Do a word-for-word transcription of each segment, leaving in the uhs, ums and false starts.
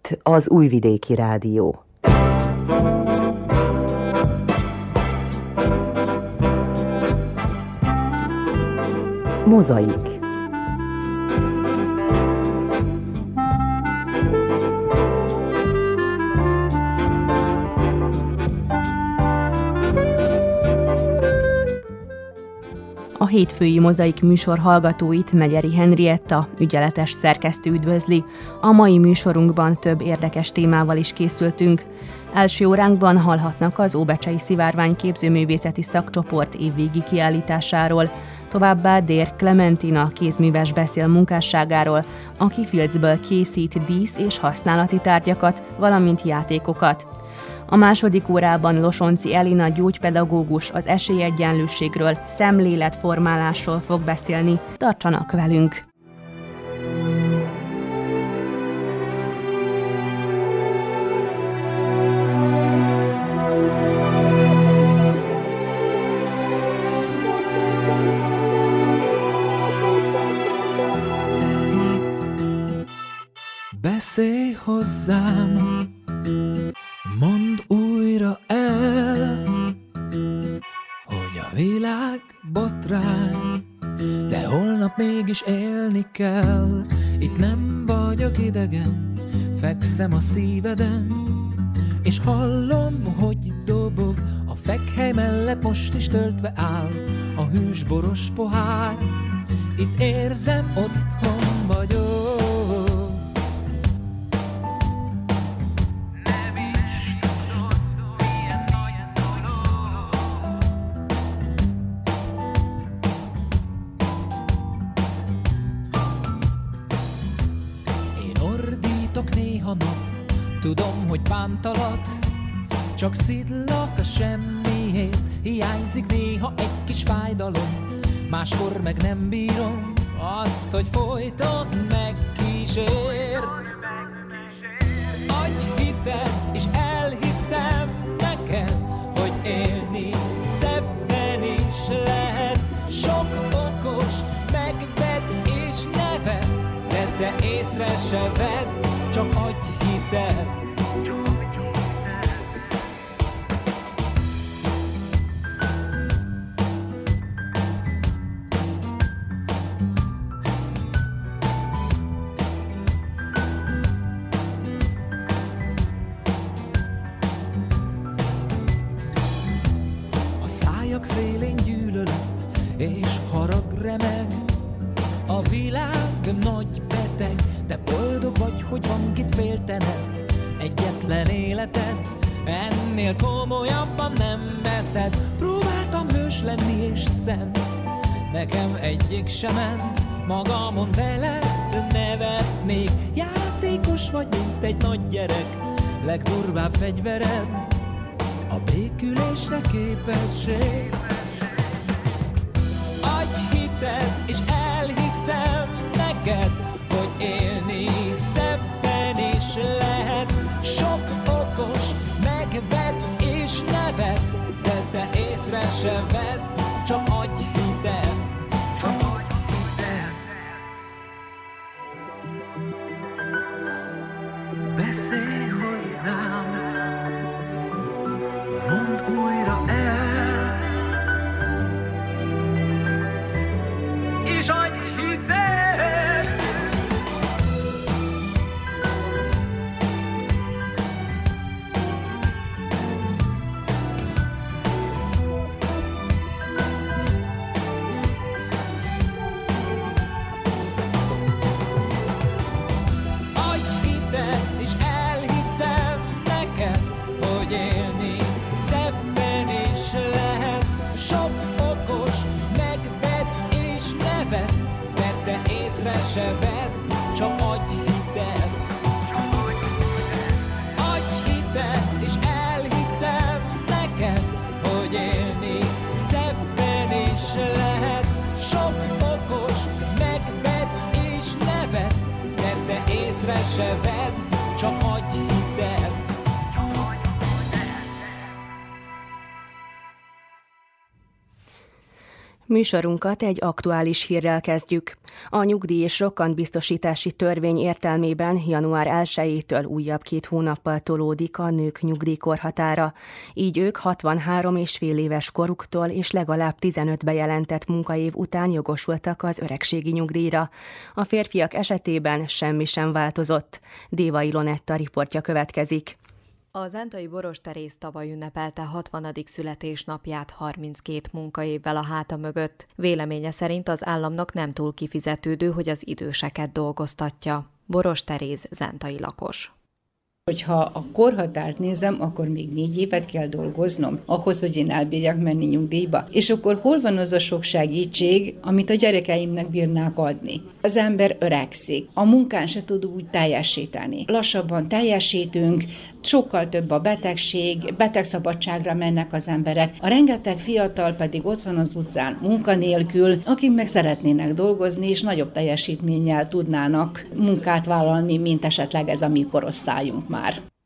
Itt az Újvidéki Rádió. Mozaik. A hétfői Mozaik műsor hallgatóit Megyeri Henrietta, ügyeletes szerkesztő üdvözli. A mai műsorunkban több érdekes témával is készültünk. Első óránkban hallhatnak az Óbecsei Szivárvány Képzőművészeti Szakcsoport évvégi kiállításáról, továbbá Dér Klementina kézműves beszél munkásságáról, aki filcből készít dísz- és használati tárgyakat, valamint játékokat. A második órában Losonci Elina gyógypedagógus az esélyegyenlőségről, szemléletformálásról fog beszélni. Tartsanak velünk! Beszélj hozzám, mondd újra el, hogy a világ botrány, de holnap mégis élni kell. Itt nem vagyok idegen, fekszem a szíveden, és hallom, hogy dobog, a fekhely mellett most is töltve áll a hűs boros pohár. Itt érzem, otthon vagyok. Tudom, hogy bántalak, csak szidlak a semmiért. Hiányzik néha egy kis fájdalom, máskor meg nem bírom azt, hogy folyton megkísért. Adj hitet, és elhiszem neked, hogy élni szebben is lehet. Sok okos megved és nevet, de te észre se vedd, csak adj hitet. A szájak szélén gyűlölet és harag remeg, a világ nagy beteg, de boldog vagy, hogy van kit féltened. Egyetlen életed, ennél komolyabban nem veszed. Próbáltam hős lenni és szent, nekem egyik sem ment. Magamon veled nevetnék, játékos vagy, mint egy nagy gyerek. Legdurvább fegyvered a békülésre képesség. Adj hitet, és elhiszem neked, hogy élni szebben is lehet. Sok okos megved és nevet, de te észre se vedd, csak adj hitet. Csak adj hitet. Beszélj hozzám, mondd újra el, és adj hitet. Se vedd, csak adj hitet. Adj hitet, és elhiszem neked, hogy élni szebben is lehet. Sok okos megved és nevet, de te észre se vedd, csak adj hitet. Műsorunkat egy aktuális hírrel kezdjük. A nyugdíj- és rokkantbiztosítási törvény értelmében január elsejétől újabb két hónappal tolódik a nők nyugdíjkorhatára. Így ők hatvanhárom és fél éves koruktól és legalább tizenöt bejelentett munkaév után jogosultak az öregségi nyugdíjra. A férfiak esetében semmi sem változott. Déva Ilonetta riportja következik. A zentai Boros Teréz tavaly ünnepelte hatvanadik születésnapját harminckét munkaévvel a háta mögött. Véleménye szerint az államnak nem túl kifizetődő, hogy az időseket dolgoztatja. Boros Teréz zentai lakos. Hogyha a korhatárt nézem, akkor még négy évet kell dolgoznom, ahhoz, hogy én elbírjak menni nyugdíjba. És akkor hol van az a sok segítség, amit a gyerekeimnek bírnák adni? Az ember öregszik, a munkán se tud úgy teljesíteni. Lassabban teljesítünk, sokkal több a betegség, betegszabadságra mennek az emberek. A rengeteg fiatal pedig ott van az utcán munkanélkül, akik meg szeretnének dolgozni, és nagyobb teljesítménnyel tudnának munkát vállalni, mint esetleg ez a mi korosztályunk már.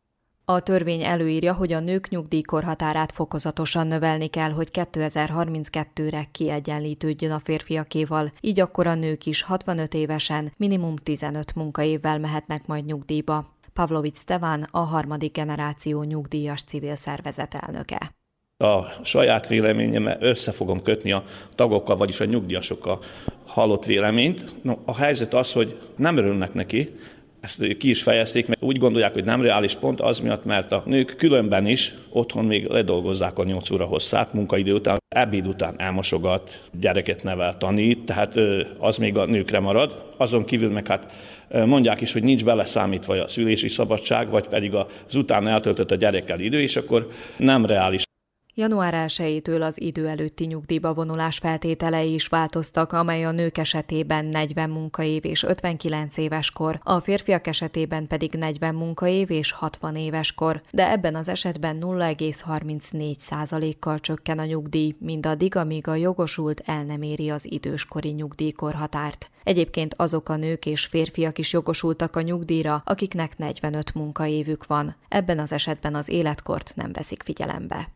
A törvény előírja, hogy a nők nyugdíjkorhatárát fokozatosan növelni kell, hogy kétezer-harminckettőre kiegyenlítődjön a férfiakéval, így akkor a nők is hatvanöt évesen minimum tizenöt munkaévvel mehetnek majd nyugdíjba. Pavlovics Stefan, a harmadik generáció nyugdíjas civil szervezet elnöke. A saját véleményemmel össze fogom kötni a tagokkal, vagyis a nyugdíjasokkal hallott véleményt. No, a helyzet az, hogy nem örülnek neki, ezt ki is fejezték, mert úgy gondolják, hogy nem reális, pont az miatt, mert a nők különben is otthon még ledolgozzák a nyolc óra hosszát, munkaidő után, ebéd után elmosogat, gyereket nevel, tanít, tehát az még a nőkre marad. Azon kívül meg hát mondják is, hogy nincs beleszámítva a szülési szabadság, vagy pedig az után eltöltött a gyerekkel idő, és akkor nem reális. január elsejétől az idő előtti nyugdíjba vonulás feltételei is változtak, amely a nők esetében negyven munkaév és ötvenkilenc éves kor, a férfiak esetében pedig negyven munkaév és hatvan éves kor, de ebben az esetben nulla egész harmincnégy százalékkal csökken a nyugdíj, mindaddig, amíg a jogosult el nem éri az időskori nyugdíjkorhatárt. Egyébként azok a nők és férfiak is jogosultak a nyugdíjra, akiknek negyvenöt munkaévük van. Ebben az esetben az életkort nem veszik figyelembe.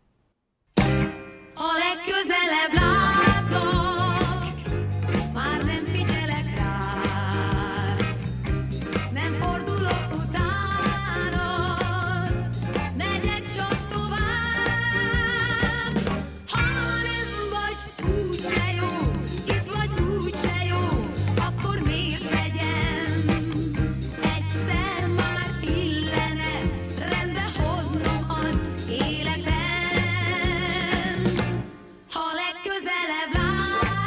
Ha legközelebb látlak, már nem figyelek rád, nem fordulok utánad, megyek csak tovább. Ha nem vagy úgyse jó, itt vagy úgyse jó, akkor miért legyem? Egyszer már illene rendbe hoznom az életem. Ha legközelebb látsz,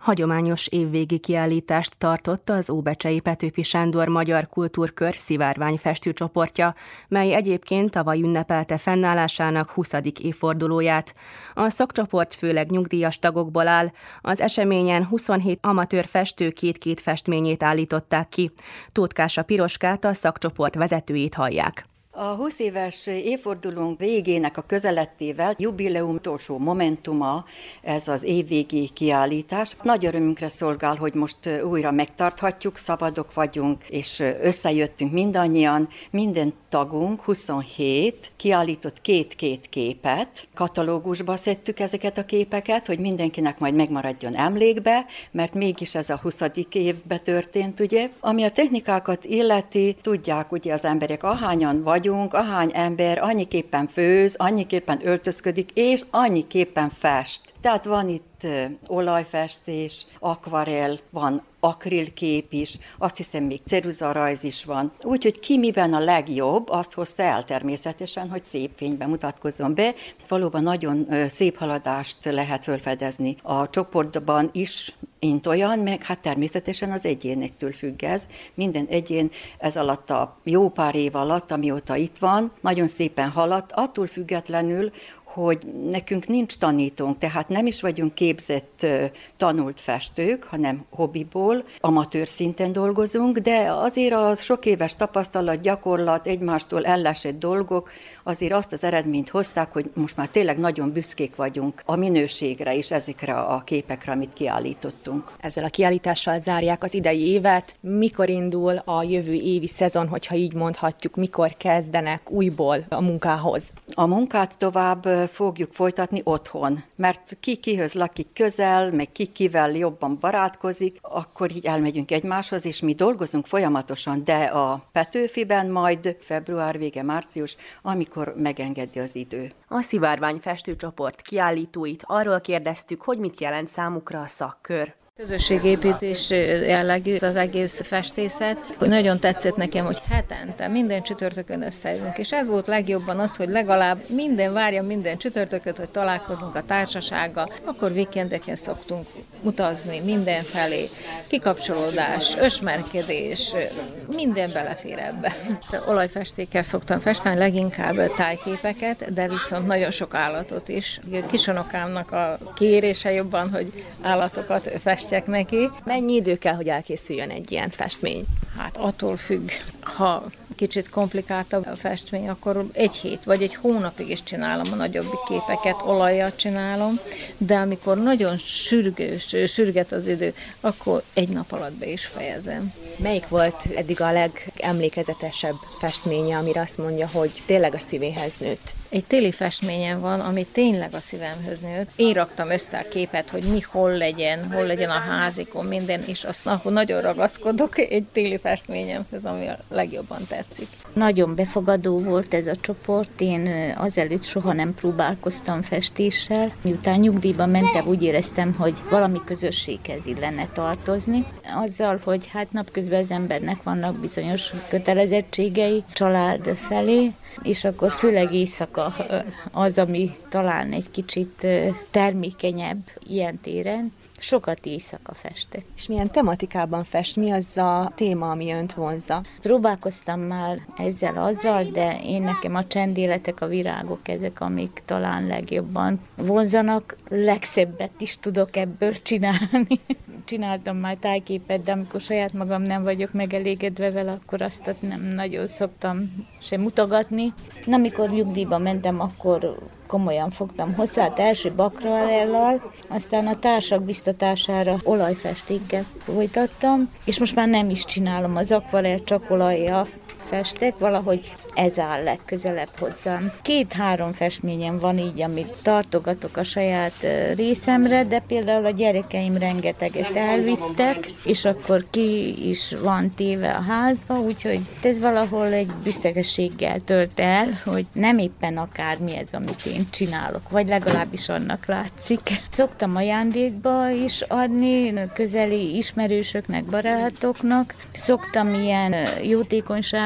Hagyományos évvégi kiállítást tartott az Óbecsei Petőfi Sándor Magyar Kultúrkör szivárványfestő csoportja, mely egyébként tavaly ünnepelte fennállásának huszadik évfordulóját. A szakcsoport főleg nyugdíjas tagokból áll, az eseményen huszonhét amatőr festő két-két festményét állították ki. Tóth Kása Piroskát, a szakcsoport vezetőjét hallják. A húsz éves évfordulónk végének a közelettével jubileum utolsó momentuma ez az évvégi kiállítás. Nagy örömünkre szolgál, hogy most újra megtarthatjuk, szabadok vagyunk, és összejöttünk mindannyian. Minden tagunk, huszonhét, kiállított két-két képet. Katalógusba szedtük ezeket a képeket, hogy mindenkinek majd megmaradjon emlékbe, mert mégis ez a huszadik évbe történt, ugye. Ami a technikákat illeti, tudják ugye az emberek, ahányan vagy, ahány ember annyiképpen főz, annyiképpen öltözködik, és annyiképpen fest. Tehát van itt uh, olajfestés, akvarell, van akrilkép is, azt hiszem még ceruzarajz is van. Úgyhogy ki miben a legjobb, azt hozta el természetesen, hogy szép fényben mutatkozzon be. Valóban nagyon uh, szép haladást lehet felfedezni a csoportban is, mint olyan, meg hát természetesen az egyénektől függ ez. Minden egyén ez alatt a jó pár év alatt, amióta itt van, nagyon szépen haladt, attól függetlenül, hogy nekünk nincs tanítónk, tehát nem is vagyunk képzett, tanult festők, hanem hobbiból, amatőr szinten dolgozunk, de azért a sok éves tapasztalat, gyakorlat, egymástól ellesett dolgok azért azt az eredményt hozták, hogy most már tényleg nagyon büszkék vagyunk a minőségre és ezekre a képekre, amit kiállítottunk. Ezzel a kiállítással zárják az idei évet. Mikor indul a jövő évi szezon, hogyha így mondhatjuk, mikor kezdenek újból a munkához? A munkát tovább fogjuk folytatni otthon, mert ki kihöz lakik közel, meg ki kivel jobban barátkozik, akkor így elmegyünk egymáshoz, és mi dolgozunk folyamatosan, de a Petőfiben majd február vége, március, amikor megengedi az idő. A szivárvány festőcsoport kiállítóit arról kérdeztük, hogy mit jelent számukra a szakkör. Közösségépítés jellegű az egész festészet. Nagyon tetszett nekem, hogy hetente, minden csütörtökön összejövünk, és ez volt legjobban az, hogy legalább minden várja minden csütörtököt, hogy találkozunk a társasággal, akkor víkendeken szoktunk utazni mindenfelé, kikapcsolódás, ösmerkedés, minden belefér ebbe. Olajfestékkel szoktam festeni, leginkább tájképeket, de viszont nagyon sok állatot is. Kisonokámnak a kérése jobban, hogy állatokat fest neki. Mennyi idő kell, hogy elkészüljön egy ilyen festmény? Hát attól függ, ha kicsit komplikáltabb a festmény, akkor egy hét vagy egy hónapig is csinálom a nagyobbik képeket, olajjal csinálom, de amikor nagyon sürgős, sürget az idő, akkor egy nap alatt be is fejezem. Melyik volt eddig a legemlékezetesebb festménye, amire azt mondja, hogy tényleg a szívéhez nőtt? Egy téli festményem van, ami tényleg a szívemhöz nőtt. Én raktam össze a képet, hogy mi hol legyen, hol legyen a házikon, minden, és azt akkor nagyon ragaszkodok egy téli festményemhez, ami a legjobban tetszik. Nagyon befogadó volt ez a csoport, én azelőtt soha nem próbálkoztam festéssel. Miután nyugdíjba mentem, úgy éreztem, hogy valami közösséghez illene tartozni. Azzal, hogy hát napközben az embernek vannak bizonyos kötelezettségei család felé, és akkor főleg éjszaka az, ami talán egy kicsit termékenyebb ilyen téren. Sokat éjszaka festek. És milyen tematikában fest? Mi az a téma, ami önt vonzza? Próbálkoztam már ezzel, azzal, de én nekem a csendéletek, a virágok, ezek, amik talán legjobban vonzanak. Legszebbet is tudok ebből csinálni. Csináltam már tájképet, de amikor saját magam nem vagyok megelégedve vele, akkor azt nem nagyon szoktam sem mutogatni. Na, amikor nyugdíjba mentem, akkor komolyan fogtam hozzá, hát első akvarellal, aztán a társak biztatására olajfestékkel folytattam, és most már nem is csinálom az akvarell, csak olajjal festek, valahogy ez áll legközelebb hozzám. Két-három festményem van így, amit tartogatok a saját részemre, de például a gyerekeim rengeteget elvittek, és akkor ki is van téve a házba, úgyhogy ez valahol egy büszkeséggel tölt el, hogy nem éppen akármi ez, amit én csinálok, vagy legalábbis annak látszik. Szoktam ajándékba is adni közeli ismerősöknek, barátoknak, szoktam ilyen jótékonyság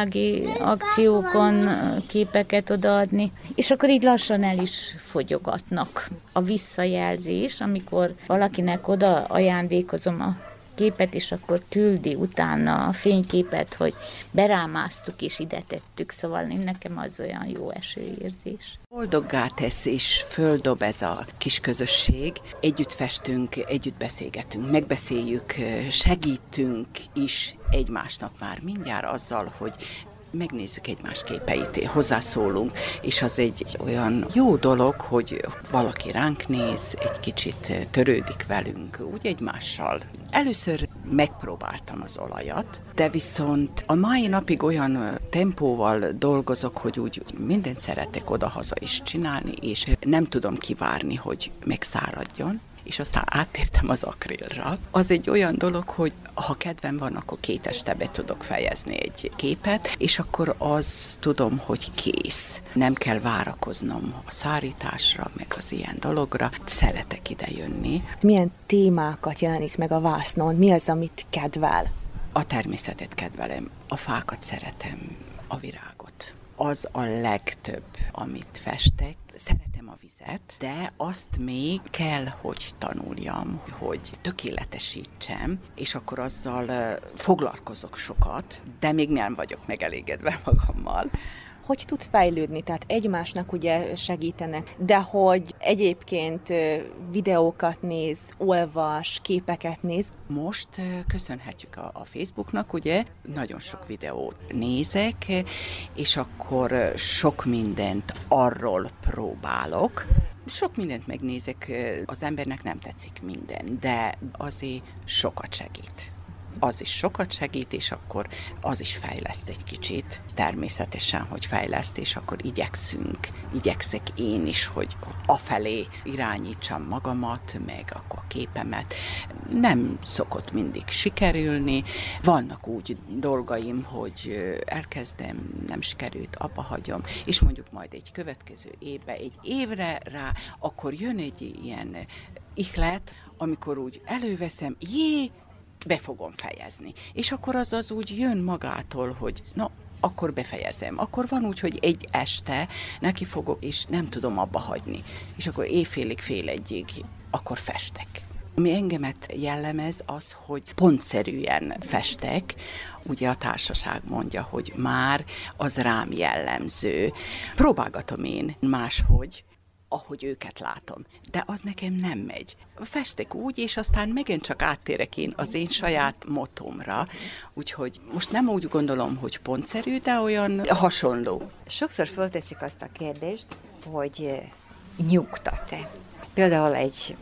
ifjúsági akciókon képeket odaadni, és akkor így lassan el is fogyogatnak. A visszajelzés, amikor valakinek oda ajándékozom a képet, és akkor küldi utána a fényképet, hogy berámáztuk és ide tettük, szóval nekem az olyan jó esőérzés. Boldoggá tesz és földob ez a kis közösség. Együtt festünk, együtt beszélgetünk, megbeszéljük, segítünk is egymásnak már mindjárt azzal, hogy megnézzük egymás képeit, hozzászólunk, és az egy olyan jó dolog, hogy valaki ránk néz, egy kicsit törődik velünk, úgy egymással. Először megpróbáltam az olajat, de viszont a mai napig olyan tempóval dolgozok, hogy úgy mindent szeretek odahaza is csinálni, és nem tudom kivárni, hogy megszáradjon. És aztán áttértem az akrilra. Az egy olyan dolog, hogy ha kedvem van, akkor két este be tudok fejezni egy képet, és akkor az tudom, hogy kész. Nem kell várakoznom a szárításra, meg az ilyen dologra. Szeretek ide jönni. Milyen témákat jelenít meg a vásznon? Mi az, amit kedvel? A természetet kedvelem, a fákat szeretem, a virágot. Az a legtöbb, amit festek. Szeretem a vizet, de azt még kell, hogy tanuljam, hogy tökéletesítsem, és akkor azzal foglalkozok sokat, de még nem vagyok megelégedve magammal. Hogy tud fejlődni? Tehát egymásnak ugye segítenek, de hogy egyébként videókat néz, olvas, képeket néz. Most köszönhetjük a, a Facebooknak, ugye, nagyon sok videót nézek, és akkor sok mindent arról próbálok. Sok mindent megnézek, az embernek nem tetszik minden, de azért sokat segít. Az is sokat segít, és akkor az is fejleszt egy kicsit. Természetesen, hogy fejleszt, és akkor igyekszünk, igyekszek én is, hogy afelé irányítsam magamat, meg akkor a képemet. Nem szokott mindig sikerülni. Vannak úgy dolgaim, hogy elkezdem, nem sikerült, abba hagyom, és mondjuk majd egy következő évben, egy évre rá, akkor jön egy ilyen ihlet, amikor úgy előveszem, jé, be fogom fejezni. És akkor az az úgy jön magától, hogy na, akkor befejezem. Akkor van úgy, hogy egy este neki fogok, és nem tudom abba hagyni. És akkor éjfélig, fél egyig, akkor festek. Ami engemet jellemez az, hogy pontszerűen festek. Ugye a társaság mondja, hogy már az rám jellemző. Próbálgatom én máshogy, ahogy őket látom. De az nekem nem megy. Festek úgy, és aztán megint csak áttérek én az én saját motomra. Úgyhogy most nem úgy gondolom, hogy pontszerű, de olyan hasonló. Sokszor fölteszik azt a kérdést, hogy nyugtat-e. Például egy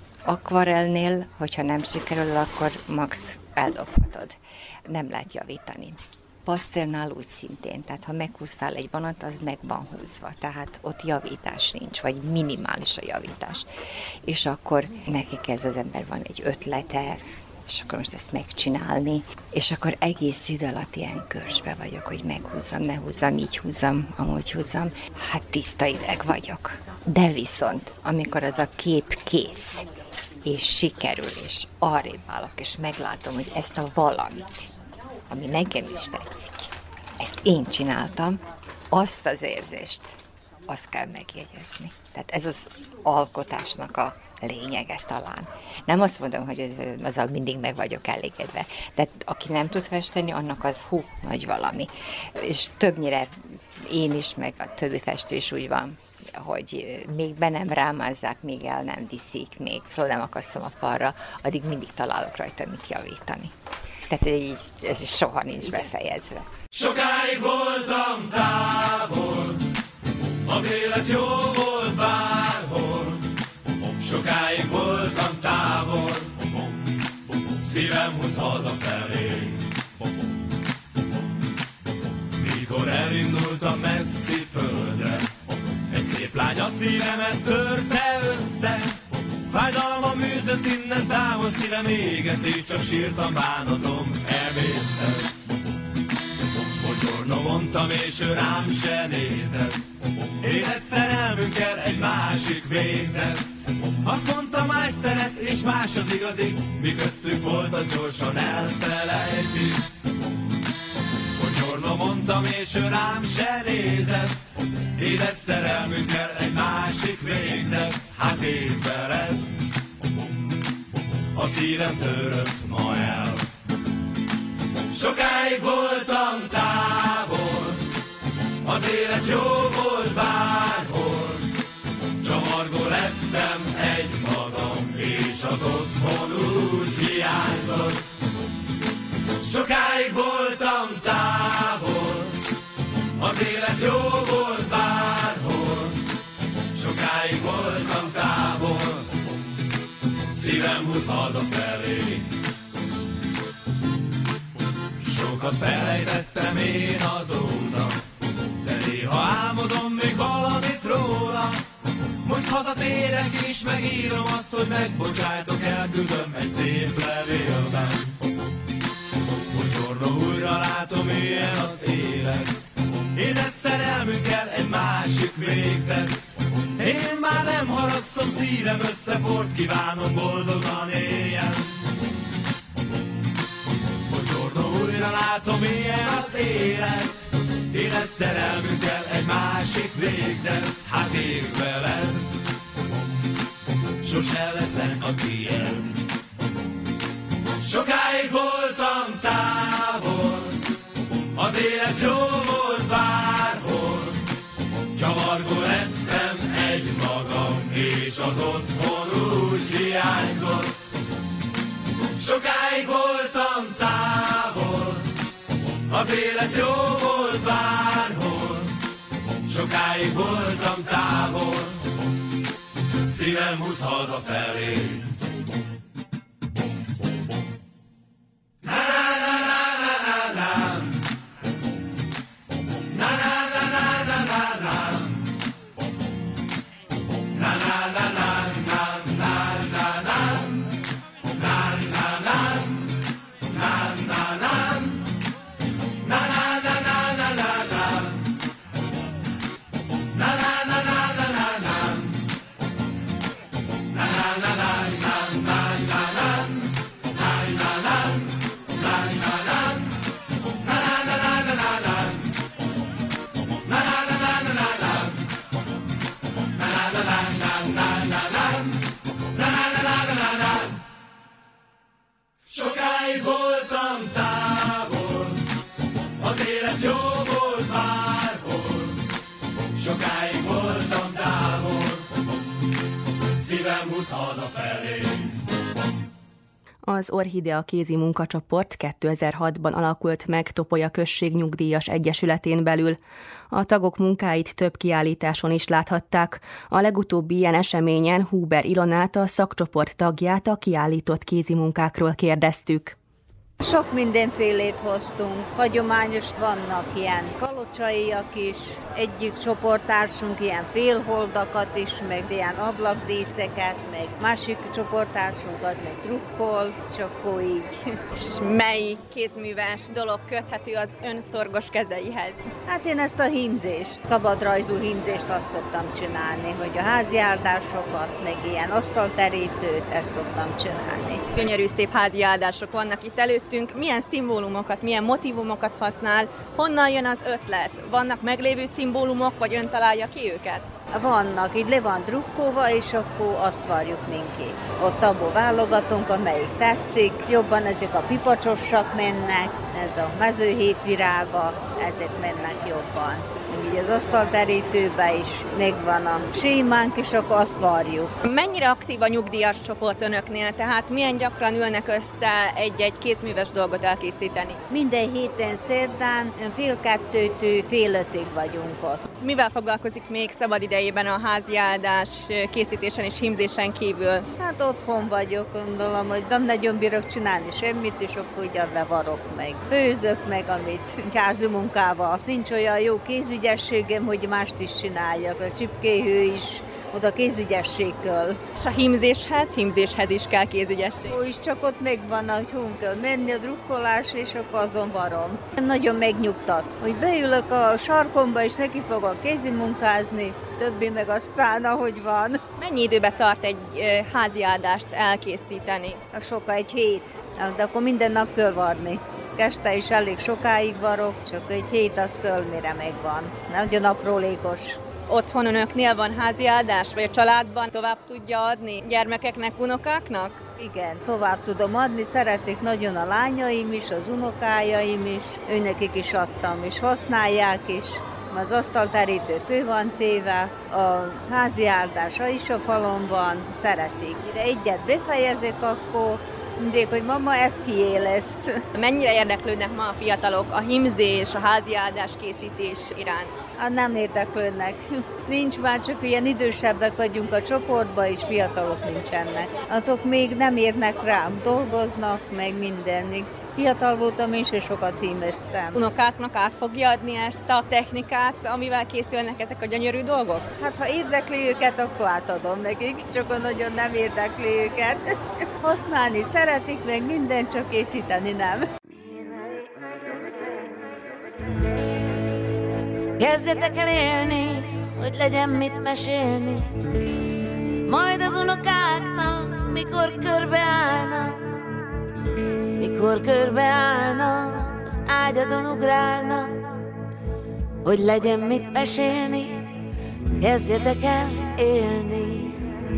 akvarelnél, hogyha nem sikerül, akkor max eldobhatod. Nem lehet javítani. Pasztelnál úgy szintén, tehát ha meghúztál egy vonat, az meg van húzva, tehát ott javítás nincs, vagy minimális a javítás. És akkor nekik ez az ember van egy ötlete, és akkor most ezt megcsinálni, és akkor egész idő alatt ilyen körsbe vagyok, hogy meghúzzam, ne húzzam, így húzzam, amúgy húzzam. Hát tiszta ideg vagyok. De viszont, amikor az a kép kész, és sikerül, és arrébb állok, és meglátom, hogy ezt a valamit, ami nekem is tetszik, ezt én csináltam, azt az érzést, azt kell megjegyezni. Tehát ez az alkotásnak a lényege talán. Nem azt mondom, hogy ez, azzal mindig meg vagyok elégedve. De aki nem tud festeni, annak az hú, nagy valami. És többnyire én is, meg a többi festő is úgy van, hogy még be nem rámázzák, még el nem viszik, még föl nem akasztom a falra, addig mindig találok rajta mit javítani. Tehát így, ez is soha nincs befejezve. Sokáig voltam távol, az élet jó volt bárhol. Sokáig voltam távol, szívem húz hazafelé. Mikor elindultam messzi földre, egy szép lány a szívemet törte össze. Fájdalmam műzött innen távol, szívem éget, és csak sírtam, bánatom elvésztem. Buongiorno mondtam, és ő rám se nézett. Édes szerelmünkkel egy másik végzett. Azt mondta, más szeret, és más az igazi, mi köztük volt, az gyorsan elfelejti. Buongiorno Halkan mondtam, és ő rám se nézett. Édes szerelmünkkel egy másik végzett. Hát én veled a szívem törött ma el. Sokáig voltam távol, az élet jó volt bárhol. Csavargó lettem egymagam, és az otthon úgy hiányzott. Sokáig voltam távol, az élet jó volt bárhol. Sokáig voltam távol, szívem húz hazafelé. Sokat felejtettem én azóta, de néha álmodom még valamit róla. Most hazatérek és megírom azt, hogy megbocsájtok, elküldöm egy szép levélben. Bocsorna újra látom, ilyen az élet. Édes szerelmünkkel egy másik végzett. Én már nem haragszom, szívem összefort, kívánom boldogan éljen. Bocsorna újra látom, ilyen az élet. Édes szerelmünkkel egy másik végzett. Hát én veled sose leszek a tiéd. Sokáig voltam távol, az élet jó volt bárhol. Csavargó lettem egymagam, és az otthon úgy hiányzott. Sokáig voltam távol, az élet jó volt bárhol. Sokáig voltam távol, szívem húz hazafelé. Sokáig voltam távol, az élet jó volt bárhol. Sokáig voltam távol, szívem húz hazafelé. Az Orchidea kézi munkacsoport kétezer-hatban alakult meg Topolya község nyugdíjas egyesületén belül. A tagok munkáit több kiállításon is láthatták. A legutóbbi ilyen eseményen Huber Ilonát, a szakcsoport tagját, a kiállított kézi munkákról kérdeztük. Sok mindenfélét hoztunk, hagyományos vannak ilyen kalocsaiak is, egyik csoporttársunk ilyen félholdakat is, meg ilyen ablakdíszeket, meg másik csoporttársunk az meg trukkol, és akkor így. És mely kézműves dolog köthető az ön szorgos kezeihez? Hát én ezt a hímzést, szabadrajzú hímzést azt szoktam csinálni, hogy a háziáldásokat, meg ilyen asztalterítőt, ezt szoktam csinálni. Gyönyörű szép háziáldások vannak itt előtt. Milyen szimbólumokat, milyen motívumokat használ, honnan jön az ötlet? Vannak meglévő szimbólumok, vagy ön találja ki őket? Vannak, így le van drukkolva, és akkor azt varjuk minki. Ott abból válogatunk, amelyik tetszik. Jobban ezek a pipacsossak mennek, ez a mezőhétvirága, ezek mennek jobban. Így az asztalterítőben is megvan a sémánk, és akkor azt varjuk. Mennyire aktív a nyugdíjas csoport önöknél? Tehát milyen gyakran ülnek össze egy-egy kézműves dolgot elkészíteni? Minden héten szerdán fél kettőtől fél ötig vagyunk ott. Mivel foglalkozik még szabadidejében a háziáldás készítésen és hímzésen kívül? Hát otthon vagyok, gondolom, hogy nem nagyon bírok csinálni semmit, és akkor ugye bevarok meg. Főzök meg, amit házi munkával. Nincs olyan jó kézügyességem, hogy mást is csináljak. A csipkéhő is oda kézügyességtől. És a hímzéshez, hímzéshez is kell kézügyesség. Ó, is csak ott megvan, hogy hon kell menni a drukkolás, és akkor azon varom. Nagyon megnyugtat, hogy beülök a sarkomba, és neki fogok kézimunkázni, többi meg aztán, ahogy van. Mennyi időbe tart egy háziáldást elkészíteni? Soka, egy hét, de akkor minden nap kell varni. Este is elég sokáig varok, csak egy hét az köl, mire megvan. Nagyon aprólékos. Otthon önöknél van háziáldás, vagy a családban tovább tudja adni gyermekeknek, unokáknak? Igen, tovább tudom adni, szeretik nagyon a lányaim is, az unokájaim is, őnekik is adtam, és használják is. Az asztalterítő fő van téve, a háziáldása is a falon van, szeretik. Mire egyet befejezek, akkor mindig, hogy mama, ez kié lesz. Mennyire érdeklődnek ma a fiatalok a hímzés, a háziáldás készítés iránt? Hát nem érdeklődnek. Nincs már, csak ilyen idősebbek vagyunk a csoportban, és fiatalok nincsenek. Azok még nem érnek rám, dolgoznak, meg mindenig. Fiatal voltam és sokat hímeztem. Unokáknak át fogja adni ezt a technikát, amivel készülnek ezek a gyönyörű dolgok? Hát ha érdekli őket, akkor átadom nekik, csak nagyon nem érdekli őket. Használni szeretik, meg minden, csak készíteni nem. Kezdjetek el élni, hogy legyen mit mesélni, majd az unokáknak, mikor körbeállnak, mikor körbeállnak, az ágyadon ugrálnak, hogy legyen mit mesélni, kezdjetek el élni.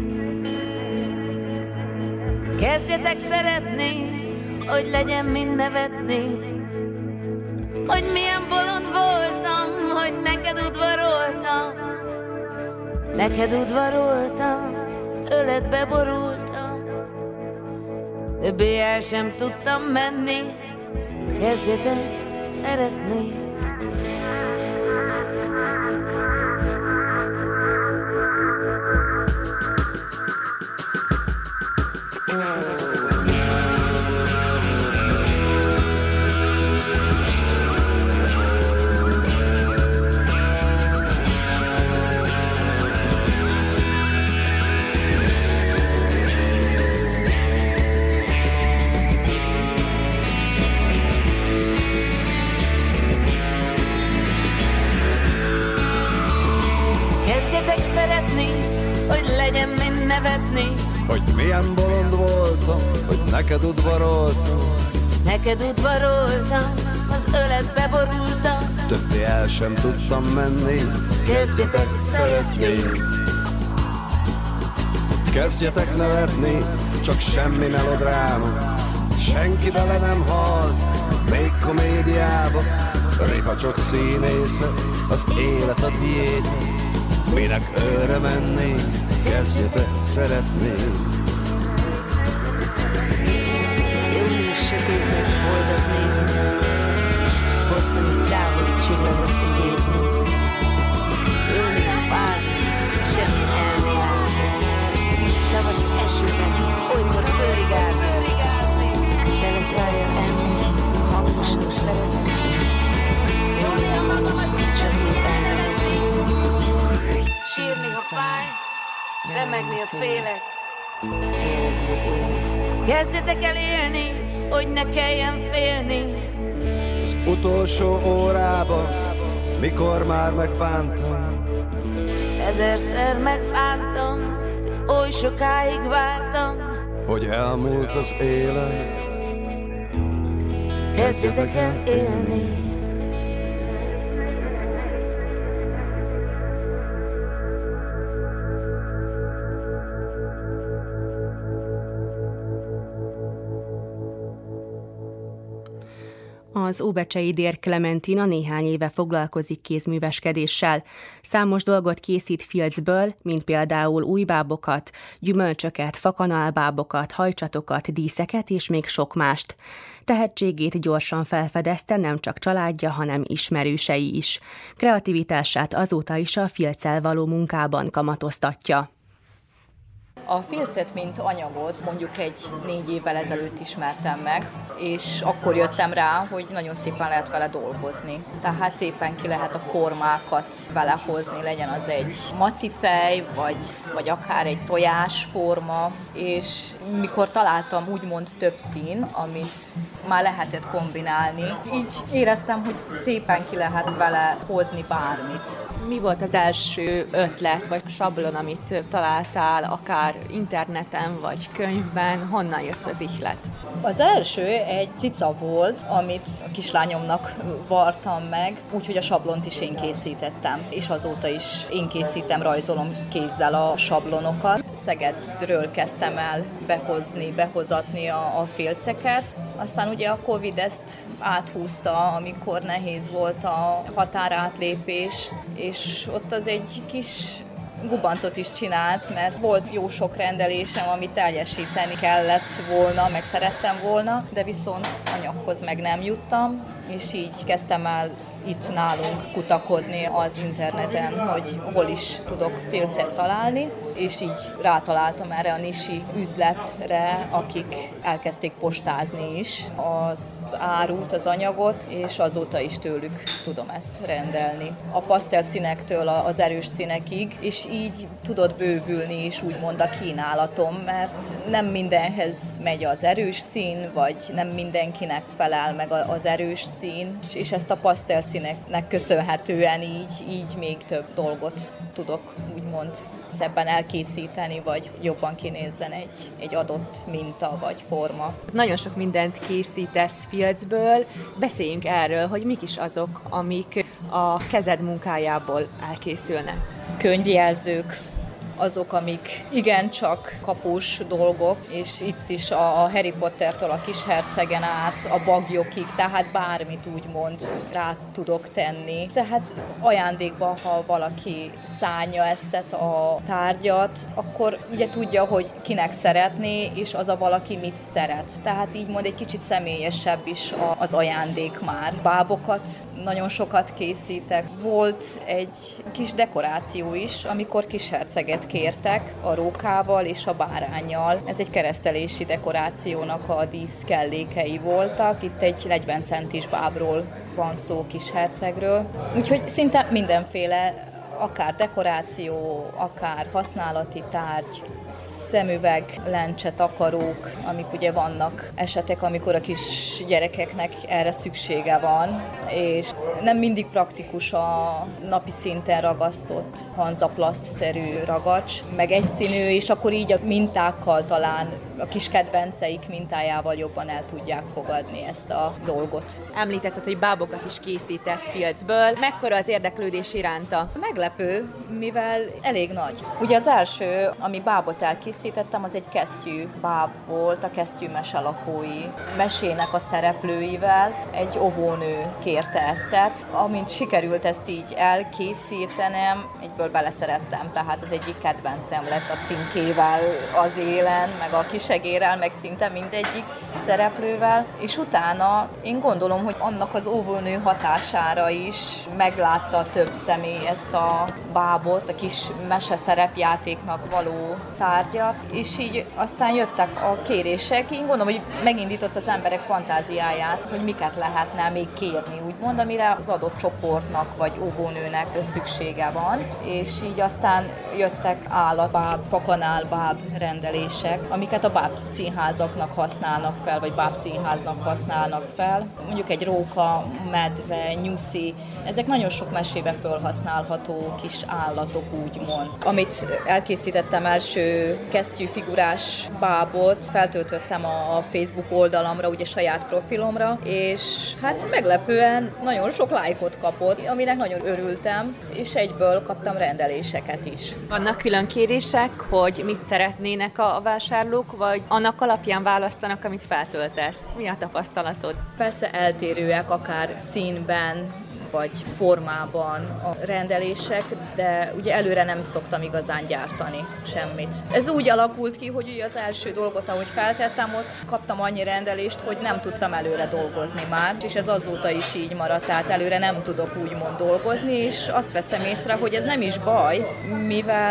Kezdjetek szeretni, hogy legyen mind nevetni, hogy milyen bolond voltam, hogy neked udvaroltam, neked udvaroltam, az öletbe borultam, többé el sem tudtam menni, kezdjetek szeretni. Kezdjetek szeretni, hogy legyen mind nevetni, hogy milyen bolond voltam, hogy neked udvaroltam, neked udvaroltam, az öletbe borultam, többé el sem tudtam menni, kezdjetek szeretni. Kezdjetek nevetni, csak semmi melodráma, senki bele nem hal, még komédiába, ripacsok színésze, az élet a diéta, minek őre menni, kezdjetek szeretni. Július sötétben boldat nézni, hosszan itt távoli csillagot idézni, ülni, fázni, semmi elmélázni, tavasz esőben, olykor fölrigázni, tele szájjal enni, hangosan szeretni, ülni a magamat, csak úgy elnevetni, sírni, ha fáj, remegni, a félek, érezni, hogy élek. Kezdjetek el élni, hogy ne kelljen félni. Az utolsó órában, mikor már megbántam, ezerszer megbántam, hogy oly sokáig vártam, hogy elmúlt az élet. Kezdjetek el élni. Az óbecsei Dér Klementina néhány éve foglalkozik kézműveskedéssel. Számos dolgot készít filcből, mint például újbábokat, gyümölcsöket, fakanálbábokat, hajcsatokat, díszeket és még sok mást. Tehetségét gyorsan felfedezte nem csak családja, hanem ismerősei is. Kreativitását azóta is a filccel való munkában kamatoztatja. A filcet, mint anyagot mondjuk egy négy évvel ezelőtt ismertem meg, és akkor jöttem rá, hogy nagyon szépen lehet vele dolgozni. Tehát szépen ki lehet a formákat vele hozni, legyen az egy macifej, vagy, vagy akár egy tojásforma, és mikor találtam úgymond több szín, amit már lehetett kombinálni, így éreztem, hogy szépen ki lehet vele hozni bármit. Mi volt az első ötlet vagy sablon, amit találtál, akár interneten vagy könyvben? Honnan jött az ihlet? Az első egy cica volt, amit a kislányomnak vartam meg, úgyhogy a sablont is én készítettem, és azóta is én készítem, rajzolom kézzel a sablonokat. Szegedről kezdtem el behozni, behozatni a, a félceket. Aztán ugye a Covid ezt áthúzta, amikor nehéz volt a határátlépés, és ott az egy kis gubancot is csinált, mert volt jó sok rendelésem, amit teljesíteni kellett volna, meg szerettem volna, de viszont anyaghoz meg nem juttam, és így kezdtem el itt nálunk kutakodni az interneten, hogy hol is tudok félcet találni, és így rátaláltam erre a nisi üzletre, akik elkezdték postázni is az árut, az anyagot, és azóta is tőlük tudom ezt rendelni. A pasztelszínektől az erős színekig, és így tudott bővülni is úgymond a kínálatom, mert nem mindenhez megy az erős szín, vagy nem mindenkinek felel meg az erős szín, és ezt a pasztelszíneknek köszönhetően így, így még több dolgot tudok úgymond szebben elkészíteni, vagy jobban kinézzen egy, egy adott minta vagy forma. Nagyon sok mindent készítesz filcből. Beszéljünk erről, hogy mik is azok, amik a kezed munkájából elkészülnek. Könyvjelzők, azok, amik igencsak kapós dolgok, és itt is a Harry Pottertől a Kishercegen át, a bagyokig, tehát bármit úgymond rá tudok tenni. Tehát ajándékban, ha valaki szánja ezt a tárgyat, akkor ugye tudja, hogy kinek szeretné, és az a valaki mit szeret. Tehát így mond egy kicsit személyesebb is az ajándék már. Bábokat nagyon sokat készítek. Volt egy kis dekoráció is, amikor Kisherceget kértek a rókával és a báránnyal. Ez egy keresztelési dekorációnak a díszkellékei voltak. Itt egy negyven centis bábról van szó, Kishercegről. Úgyhogy szinte mindenféle, akár dekoráció, akár használati tárgy, szemüveg, lencse, takarók, amik ugye vannak esetek, amikor a kis gyerekeknek erre szüksége van, és nem mindig praktikus a napi szinten ragasztott hanzaplaszt-szerű ragacs, meg egyszínű, és akkor így a mintákkal talán a kis kedvenceik mintájával jobban el tudják fogadni ezt a dolgot. Említetted, hogy bábokat is készítesz filcből. Mekkora az érdeklődés iránta? Meglepő, mivel elég nagy. Ugye az első, ami bábot elkészítettem, az egy kesztyű báb volt, a Kesztyű mese lakói mesének a szereplőivel. Egy óvónő kérte ezt, tehát amint sikerült ezt így elkészítenem, egyből beleszerettem, tehát az egyik kedvencem lett a címkével az élen, meg a kisegérrel, meg szinte mindegyik szereplővel, és utána én gondolom, hogy annak az óvónő hatására is meglátta több személy ezt a bábot, a kis mese szerepjátéknak való tárgyat, és így aztán jöttek a kérések. Én gondolom, hogy megindított az emberek fantáziáját, hogy miket lehetne még kérni, úgymond, amire az adott csoportnak vagy óvónőnek szüksége van, és így aztán jöttek állatbáb, fakanálbáb rendelések, amiket a bábszínházaknak használnak fel, vagy bábszínháznak használnak fel. Mondjuk egy róka, medve, nyuszi, ezek nagyon sok mesébe felhasználható kis állatok, úgymond. Amit elkészítettem első kesztyűfigurás bábot, feltöltöttem a Facebook oldalamra, ugye saját profilomra, és hát meglepően nagyon sok lájkot kapott, aminek nagyon örültem, és egyből kaptam rendeléseket is. Vannak külön kérések, hogy mit szeretnének a vásárlók, vagy annak alapján választanak, amit feltöltesz? Mi a tapasztalatod? Persze eltérőek, akár színben, vagy formában a rendelések, de ugye előre nem szoktam igazán gyártani semmit. Ez úgy alakult ki, hogy ugye az első dolgot, ahogy feltettem, ott kaptam annyi rendelést, hogy nem tudtam előre dolgozni már, és ez azóta is így maradt, tehát előre nem tudok úgymond dolgozni, és azt veszem észre, hogy ez nem is baj, mivel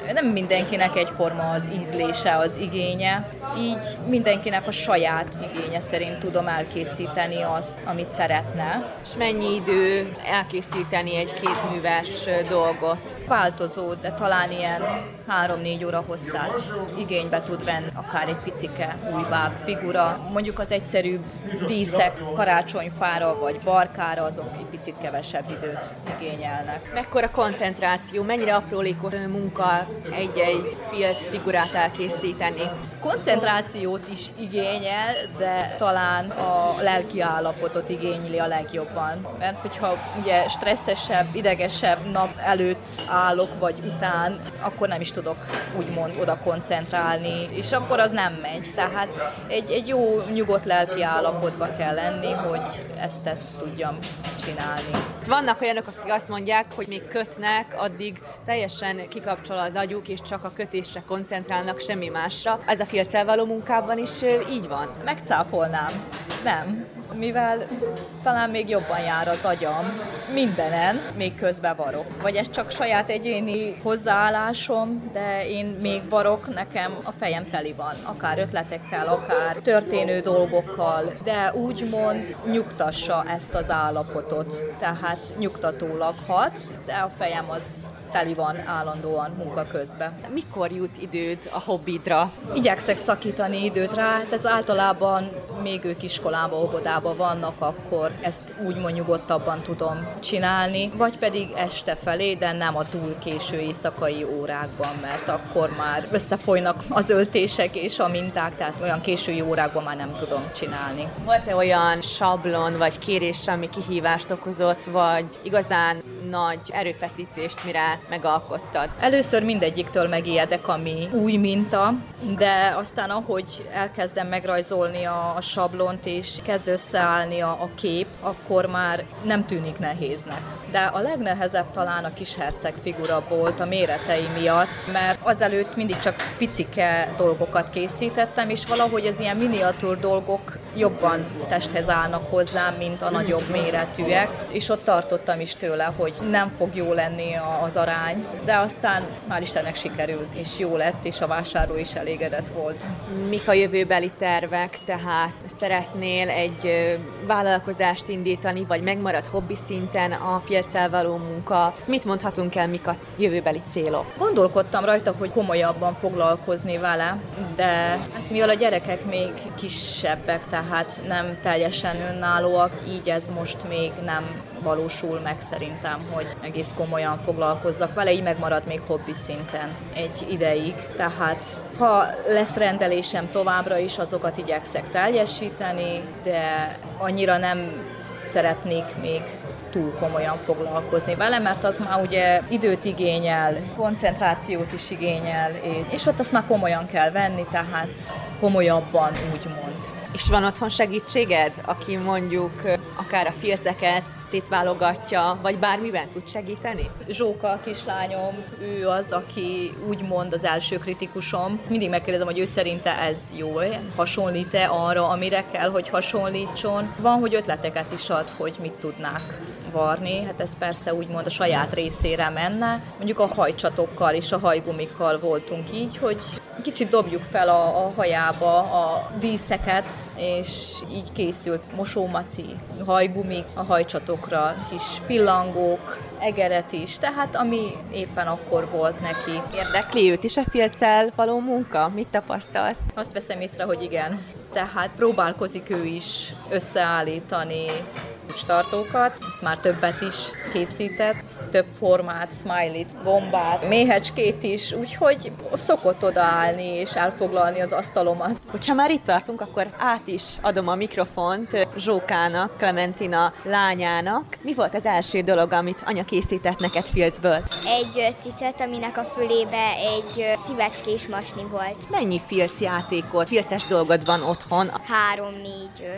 nem mindenkinek egyforma az ízlése, az igénye, így mindenkinek a saját igénye szerint tudom elkészíteni azt, amit szeretne. És mennyi idő elkészíteni egy kézműves dolgot? Változó, de talán ilyen három-négy óra hosszát igénybe tud venni, akár egy picike újbáb figura. Mondjuk az egyszerűbb díszek karácsonyfára vagy barkára, azok egy picit kevesebb időt igényelnek. Mekkora koncentráció, mennyire aprólékos munka egy-egy filc figurát elkészíteni? Koncentrációt is igényel, de talán a lelki állapotot igényli a legjobban. Mert hogyha ugye stresszesebb, idegesebb nap előtt állok, vagy után, akkor nem is tudok úgymond oda koncentrálni, és akkor az nem megy. Tehát egy, egy jó, nyugodt lelki állapotba kell lenni, hogy ezt, ezt tudjam csinálni. Vannak olyanok, akik azt mondják, hogy még kötnek, addig teljesen kikapcsol az agyuk, és csak a kötésre koncentrálnak, semmi másra. Ez a filccel való munkában is így van? Megcáfolnám. Nem. Mivel talán még jobban jár az agyam mindenen, még közben varok. Vagy ez csak saját egyéni hozzáállásom, de én még varok, nekem a fejem teli van. Akár ötletekkel, akár történő dolgokkal, de úgymond nyugtassa ezt az állapotot. Tehát nyugtatólag hat, de a fejem az teli van állandóan munka közben. Mikor jut időd a hobbidra? Igyekszek szakítani időt rá, tehát általában még ők iskolában, óvodában vannak, akkor ezt úgymond nyugodtabban tudom csinálni, vagy pedig este felé, de nem a túl késő éjszakai órákban, mert akkor már összefolynak az öltések és a minták, tehát olyan késői órákban már nem tudom csinálni. Volt-e olyan sablon vagy kérés, ami kihívást okozott, vagy igazán nagy erőfeszítést, mire megalkottad? Először mindegyiktől megijedek, ami új minta, de aztán ahogy elkezdem megrajzolni a, a sablont, és kezd összeállni a, a kép, akkor már nem tűnik nehéznek. De a legnehezebb talán a kisherceg figura volt a méretei miatt, mert azelőtt mindig csak picike dolgokat készítettem, és valahogy az ilyen miniatúr dolgok jobban testhez állnak hozzám, mint a nagyobb méretűek, és ott tartottam is tőle, hogy nem fog jó lenni az arány, de aztán már Istennek sikerült, és jó lett, és a vásárló is elégedett volt. Mik a jövőbeli tervek, tehát szeretnél egy vállalkozást indítani, vagy megmarad hobbi szinten a filccel való munka? Mit mondhatunk el, mik a jövőbeli célok? Gondolkodtam rajta, hogy komolyabban foglalkozni vele, de hát mivel a gyerekek még kisebbek, tehát nem teljesen önállóak, így ez most még nem valósul meg szerintem, hogy egész komolyan foglalkozzak vele, így megmarad még hobbi szinten egy ideig. Tehát ha lesz rendelésem továbbra is, azokat igyekszek teljesíteni, de annyira nem szeretnék még túl komolyan foglalkozni vele, mert az már ugye időt igényel, koncentrációt is igényel, és ott azt már komolyan kell venni, tehát komolyabban úgymond. És van otthon segítséged, aki mondjuk akár a filceket szétválogatja, vagy bármiben tud segíteni? Zsóka, a kislányom, ő az, aki úgymond az első kritikusom. Mindig megkérdezem, hogy ő szerinte ez jó, hasonlít-e arra, amire kell, hogy hasonlítson. Van, hogy ötleteket is ad, hogy mit tudnák varni, hát ez persze úgymond a saját részére menne. Mondjuk a hajcsatokkal és a hajgumikkal voltunk így, hogy kicsit dobjuk fel a, a hajába a díszeket, és így készült mosómaci, hajgumik a hajcsatokra, kis pillangók, egeret is, tehát ami éppen akkor volt neki. Érdekli őt is a filccel való munka? Mit tapasztalsz? Azt veszem észre, hogy igen. Tehát próbálkozik ő is összeállítani tartókat, ezt már többet is készített, több formát, smiley-t, gombát, méhecskét is, úgyhogy szokott odaállni és elfoglalni az asztalomat. Hogyha már itt tartunk, akkor át is adom a mikrofont Zsókának, Klementina lányának. Mi volt az első dolog, amit anya készített neked filcből? Egy cicet, aminek a fülébe egy szívecskés masni volt. Mennyi filcjátékot, filces dolgod van otthon? Három, négy, öt.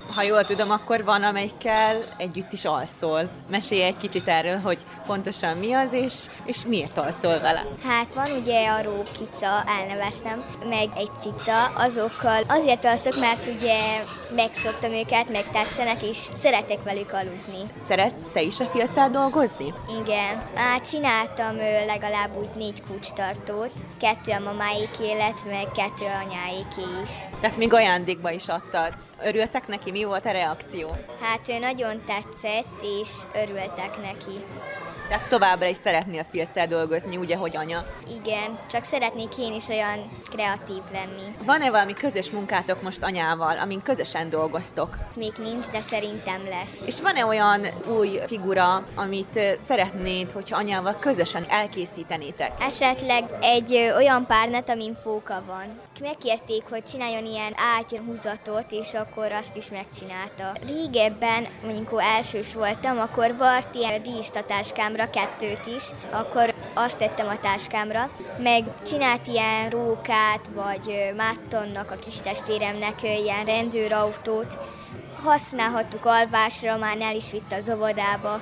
Ha jól tudom, akkor van, amelyikkel együtt is alszol. Mesélj egy kicsit erről, hogy pontosan mi az, és, és miért alszol vele. Hát van ugye a rókica, elneveztem, meg egy cica, azokkal azért alszok, mert ugye megszoktam őket, meg tetszenek, és szeretek velük aludni. Szeretsz te is a Filccel dolgozni? Igen. Hát csináltam legalább úgy négy kulcstartót, kettő a mamáik élet, meg kettő anyáiké is. Tehát még ajándékba is adtad. Örültek neki? Mi volt a reakció? Hát ő nagyon tetszett, és örültek neki. Tehát továbbra is szeretnél Filccel dolgozni, úgy, ahogy anya? Igen, csak szeretnék én is olyan kreatív lenni. Van-e valami közös munkátok most anyával, amin közösen dolgoztok? Még nincs, de szerintem lesz. És van-e olyan új figura, amit szeretnéd, hogyha anyával közösen elkészítenétek? Esetleg egy ö, olyan párnet, amin fóka van. Megkérték, hogy csináljon ilyen ágyhúzatot, és akkor azt is megcsinálta. Régebben, amikor elsős voltam, akkor volt ilyen dísztatáskámra, kettőt is, akkor azt tettem a táskámra, meg csinált ilyen rókát, vagy Mártonnak, a kis testvéremnek ilyen rendőrautót. Használhattuk alvásra, már el is vitt az óvodába.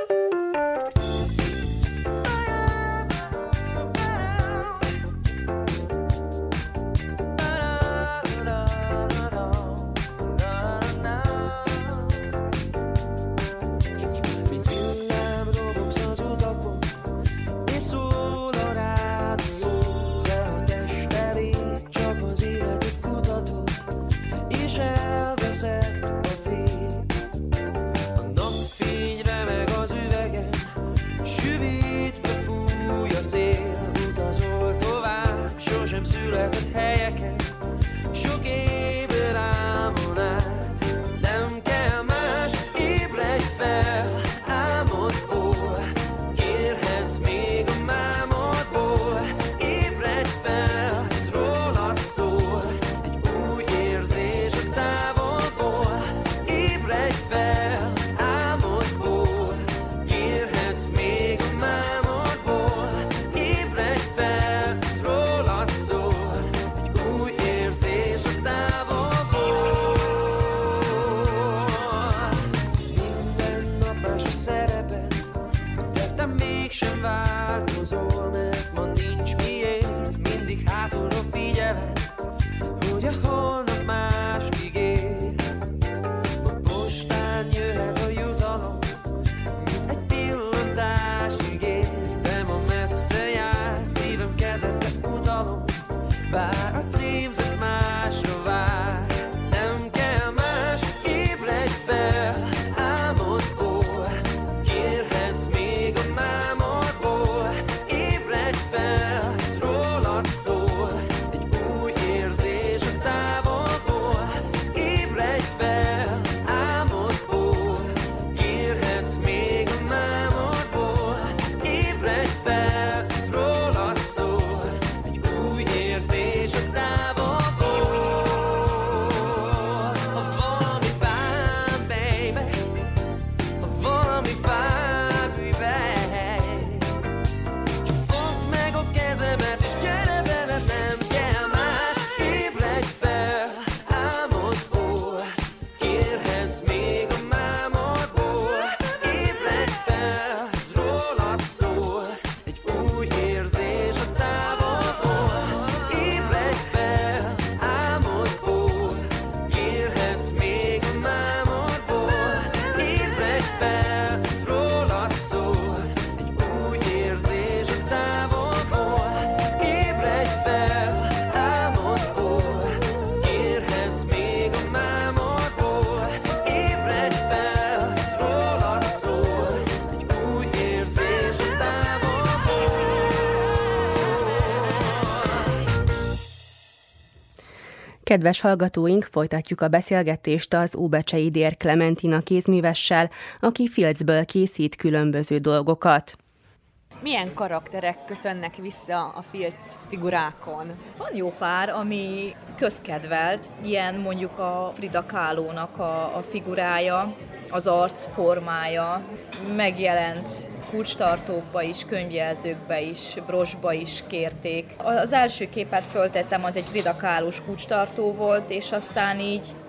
Kedves hallgatóink, folytatjuk a beszélgetést az Óbecsei Dér Klementina kézművessel, aki filcből készít különböző dolgokat. Milyen karakterek köszönnek vissza a filc figurákon? Van jó pár, ami közkedvelt, ilyen mondjuk a Frida Kahlo-nak a, a figurája, az arc formája, megjelent kulcstartókba is, könyvjelzőkbe is, brosba is kérték. Az első képet föltettem, az egy Frida Kahlo-s kulcstartó volt, és aztán így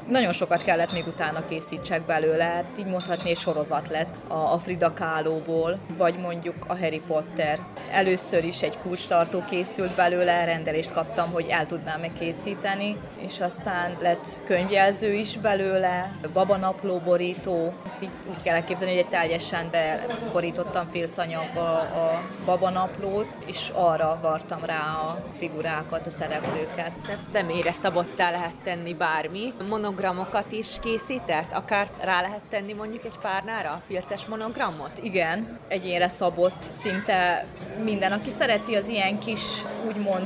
Nagyon sokat kellett még utána készítsek belőle, hát így mondhatni, egy sorozat lett a Frida Kahlo-ból, vagy mondjuk a Harry Potter. Először is egy kulcstartó készült belőle, rendelést kaptam, hogy el tudnám-e készíteni, és aztán lett könyvjelző is belőle, babanapló borító, ezt így úgy kell elképzelni, hogy egy teljesen beborítottam filcanyagba a babanaplót, és arra vartam rá a figurákat, a szereplőket. Tehát személyre szabottá lehet tenni bármit. Monogramokat is készítesz? Akár rá lehet tenni mondjuk egy párnára a filces monogramot? Igen, egyénre szabott szinte minden, aki szereti az ilyen kis, úgymond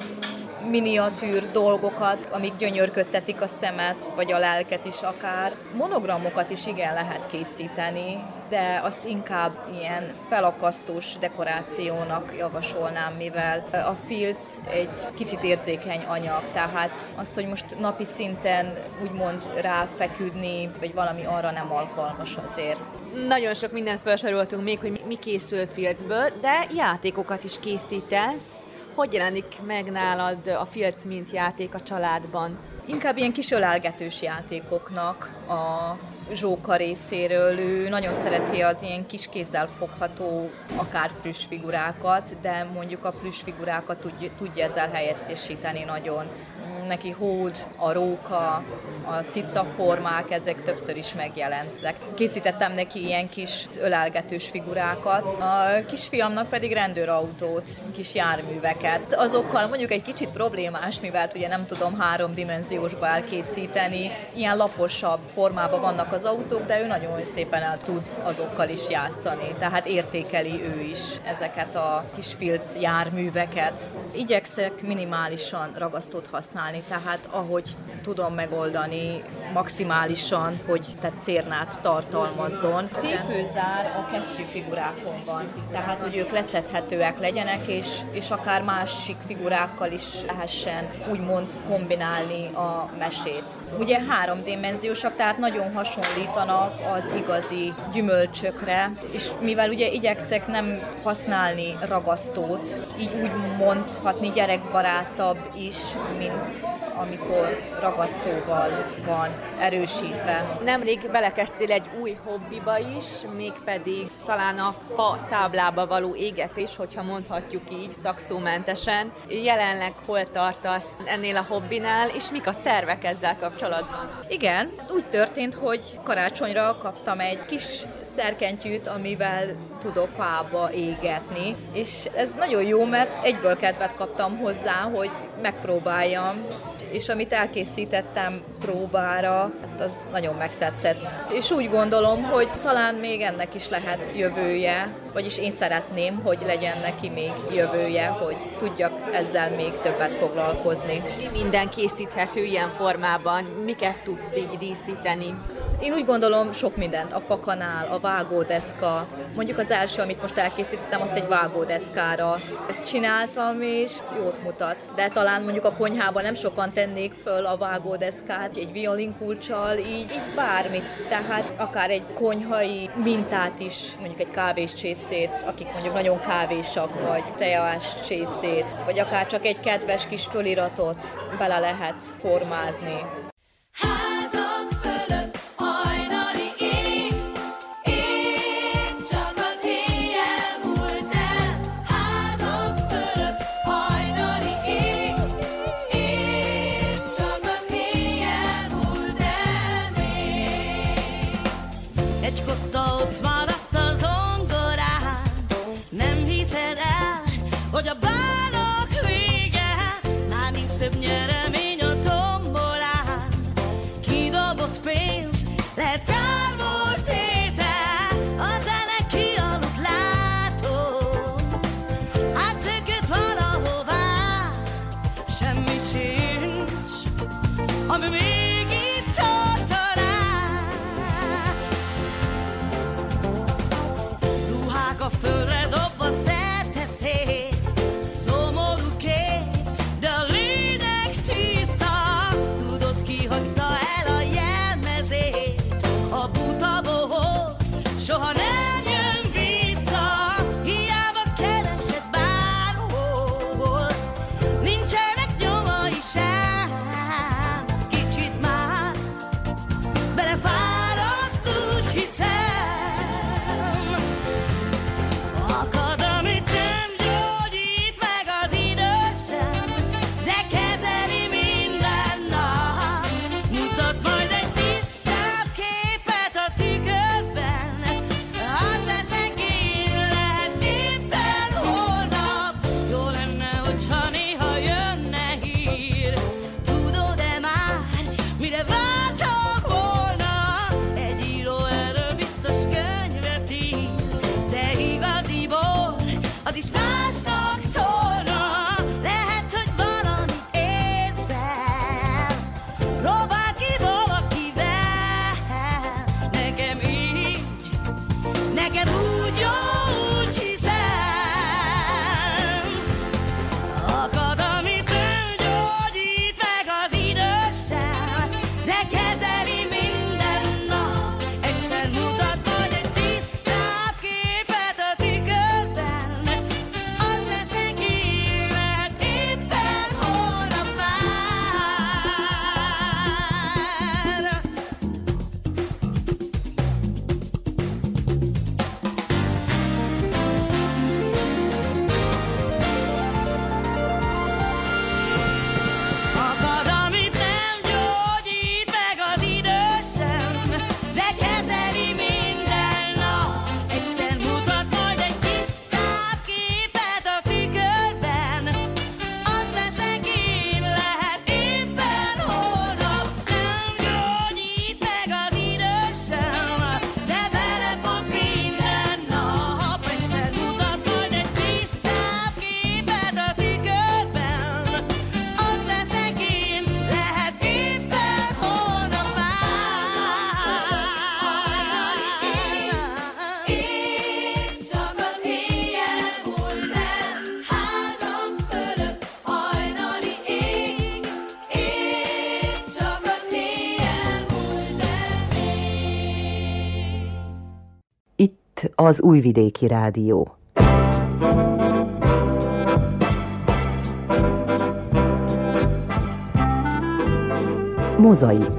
miniatűr dolgokat, amik gyönyörködtetik a szemet, vagy a lelket is akár. Monogramokat is igen lehet készíteni, de azt inkább ilyen felakasztós dekorációnak javasolnám, mivel a filc egy kicsit érzékeny anyag, tehát azt, hogy most napi szinten úgymond ráfeküdni, vagy valami arra nem alkalmas azért. Nagyon sok mindent felsoroltunk még, hogy mi készül filcből, de játékokat is készítesz. Hogy jelenik meg nálad a filc, mint játék a családban? Inkább ilyen kis ölelgetős játékoknak a Zsóka részéről. Ő nagyon szereti az ilyen kis kézzel fogható akár plüssfigurákat, de mondjuk a plüssfigurákat tudja, tudja ezzel helyettesíteni nagyon. Neki hód, a róka, a cicaformák, ezek többször is megjelentek. Készítettem neki ilyen kis ölelgetős figurákat, a kisfiamnak pedig rendőrautót, kis járműveket. Azokkal mondjuk egy kicsit problémás, mivel ugye nem tudom háromdimenziósba elkészíteni, ilyen laposabb formában vannak az autók, de ő nagyon szépen el tud azokkal is játszani, tehát értékeli ő is ezeket a kis filc járműveket. Igyekszek minimálisan ragasztót használni, tehát ahogy tudom megoldani maximálisan, hogy tehát cérnát tartalmazzon. Tépőzár a kesztyűfigurákon van, tehát hogy ők leszedhetőek legyenek, és, és akár másik figurákkal is lehessen úgymond kombinálni a mesét. Ugye háromdimenziósak, tehát nagyon hasonlítanak az igazi gyümölcsökre, és mivel ugye igyekszek nem használni ragasztót, így úgy mondhatni gyerekbarátabb is, mint amikor ragasztóval van erősítve. Nemrég belekezdtél egy új hobbiba is, mégpedig talán a fa táblába való égetés, hogyha mondhatjuk így szakszómentesen. Jelenleg hol tartasz ennél a hobbinál, és mik a tervek ezzel kapcsolatban? Igen, úgy történt, hogy karácsonyra kaptam egy kis szerkentyűt, amivel tudok fába égetni, és ez nagyon jó, mert egyből kedvet kaptam hozzá, hogy megpróbáljam, és amit elkészítettem próbára, az nagyon megtetszett. És úgy gondolom, hogy talán még ennek is lehet jövője, vagyis én szeretném, hogy legyen neki még jövője, hogy tudjak ezzel még többet foglalkozni. Minden készíthető ilyen formában, miket tudsz így díszíteni? Én úgy gondolom sok mindent, a fakanál, a vágódeszka. Mondjuk az első, amit most elkészítettem, azt egy vágódeszkára csináltam, és jót mutat. De talán mondjuk a konyhában nem sokan tennék föl a vágódeszkát, egy violinkulccsal, így, így bármit. Tehát akár egy konyhai mintát is, mondjuk egy kávéscsészét, akik mondjuk nagyon kávésak, vagy teás csészét, vagy akár csak egy kedves kis föliratot bele lehet formázni. Hogy a bálok vége, már nincs több nyeremény a tombolás. Itt az Újvidéki Rádió. Mozaik.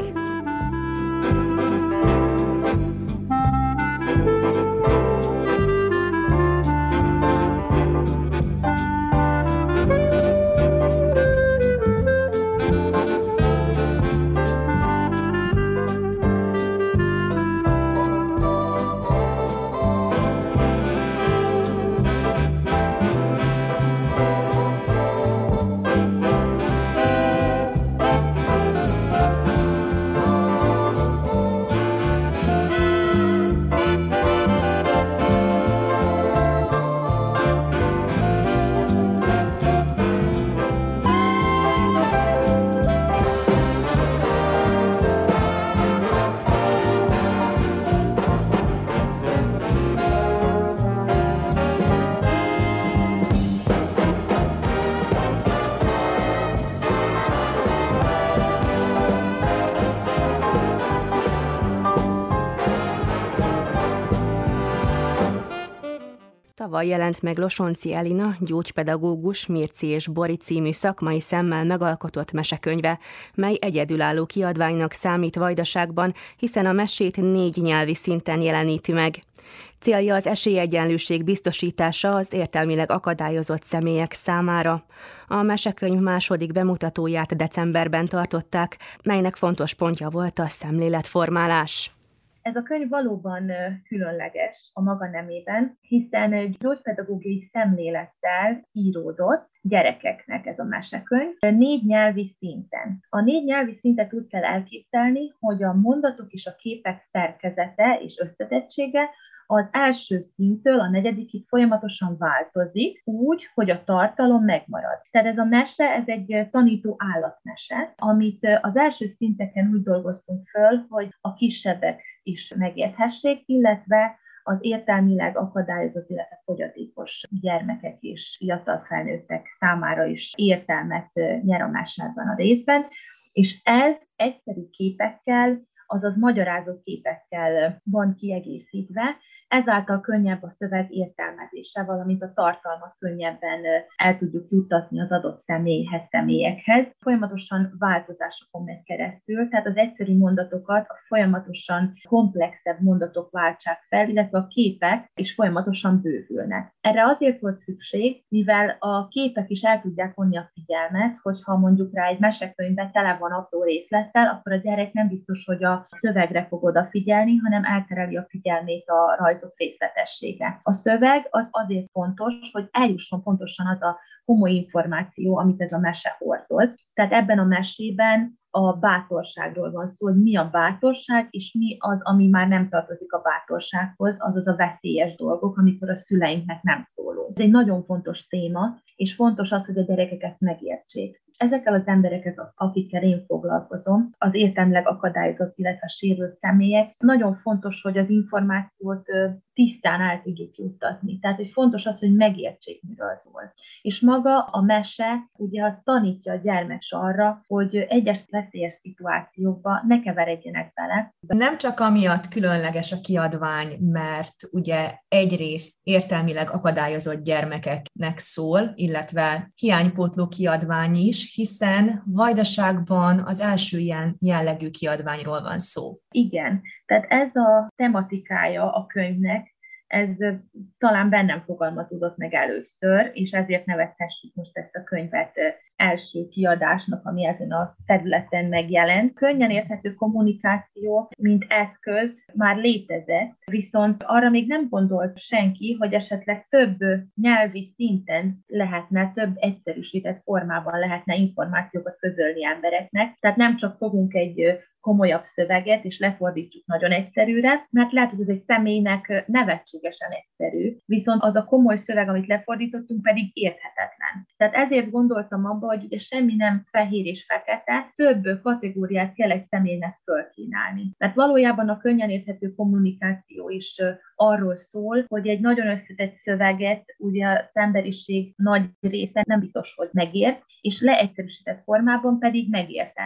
Tavaly jelent meg Losonci Elina, gyógypedagógus, Mirci és Bori című szakmai szemmel megalkotott mesekönyve, mely egyedülálló kiadványnak számít Vajdaságban, hiszen a mesét négy nyelvi szinten jeleníti meg. Célja az esélyegyenlőség biztosítása az értelmileg akadályozott személyek számára. A mesekönyv második bemutatóját decemberben tartották, melynek fontos pontja volt a szemléletformálás. Ez a könyv valóban különleges a maga nemében, hiszen egy gyógypedagógiai szemlélettel íródott gyerekeknek ez a mesekönyv négy nyelvi szinten. A négy nyelvi szintet úgy kell elképzelni, hogy a mondatok és a képek szerkezete és összetettsége az első szinttől a negyedikig folyamatosan változik, úgy, hogy a tartalom megmarad. Tehát ez a mese, ez egy tanító állatmese, amit az első szinteken úgy dolgoztunk föl, hogy a kisebbek is megérthessék, illetve az értelmileg akadályozott, illetve fogyatékos gyermekek és fiatal felnőttek számára is értelmet nyer a mesében a részben, és ez egyszerű képekkel, azaz magyarázó képekkel van kiegészítve, ezáltal könnyebb a szöveg értelmezése, valamint a tartalmat könnyebben el tudjuk juttatni az adott személyhez, személyekhez. Folyamatosan változásokon megy keresztül, tehát az egyszerű mondatokat a folyamatosan komplexebb mondatok váltsák fel, illetve a képek is folyamatosan bővülnek. Erre azért volt szükség, mivel a képek is el tudják vonni a figyelmet, hogyha mondjuk rá egy mesekönyvben tele van apró részlettel, akkor a gyerek nem biztos, hogy a szövegre fog odafigyelni, hanem eltereli a figyelmét a rajzok részletessége. A szöveg az azért fontos, hogy eljusson pontosan az a komoly információ, amit ez a mese hordoz. Tehát ebben a mesében a bátorságról van szó, hogy mi a bátorság, és mi az, ami már nem tartozik a bátorsághoz, azaz a veszélyes dolgok, amikor a szüleinknek nem szólunk. Ez egy nagyon fontos téma, és fontos az, hogy a gyerekek ezt megértsék. Ezekkel az emberekkel, akikkel én foglalkozom, az értelmileg akadályozott, illetve sérült személyek, nagyon fontos, hogy az információt tisztán el tudjuk juttatni. Tehát, hogy fontos az, hogy megértsék, miről szól. És maga a mese, ugye az tanítja a gyermek arra, hogy egyes veszélyes szituációkba ne keveredjenek bele. Nem csak amiatt különleges a kiadvány, mert ugye egyrészt értelmileg akadályozott gyermekeknek szól, illetve hiánypótló kiadvány is, hiszen Vajdaságban az első ilyen jellegű kiadványról van szó. Igen, tehát ez a tematikája a könyvnek, ez talán bennem fogalmazódott meg először, és ezért nevezhessük most ezt a könyvet első kiadásnak, ami ezen a területen megjelent. Könnyen érthető kommunikáció, mint eszköz már létezett, viszont arra még nem gondolt senki, hogy esetleg több nyelvi szinten lehetne, több egyszerűsített formában lehetne információkat közölni embereknek. Tehát nem csak fogunk egy komolyabb szöveget, és lefordítjuk nagyon egyszerűre, mert lehet, hogy ez egy személynek nevetségesen egyszerű, viszont az a komoly szöveg, amit lefordítottunk, pedig érthetetlen. Tehát ezért gondoltam abba, hogy ugye semmi nem fehér és fekete, több kategóriát kell egy személynek fölkínálni. Mert valójában a könnyen érthető kommunikáció is arról szól, hogy egy nagyon összetett szöveget ugye az emberiség nagy része nem biztos, hogy megért, és leegyszerűsített formában pedig megérteni.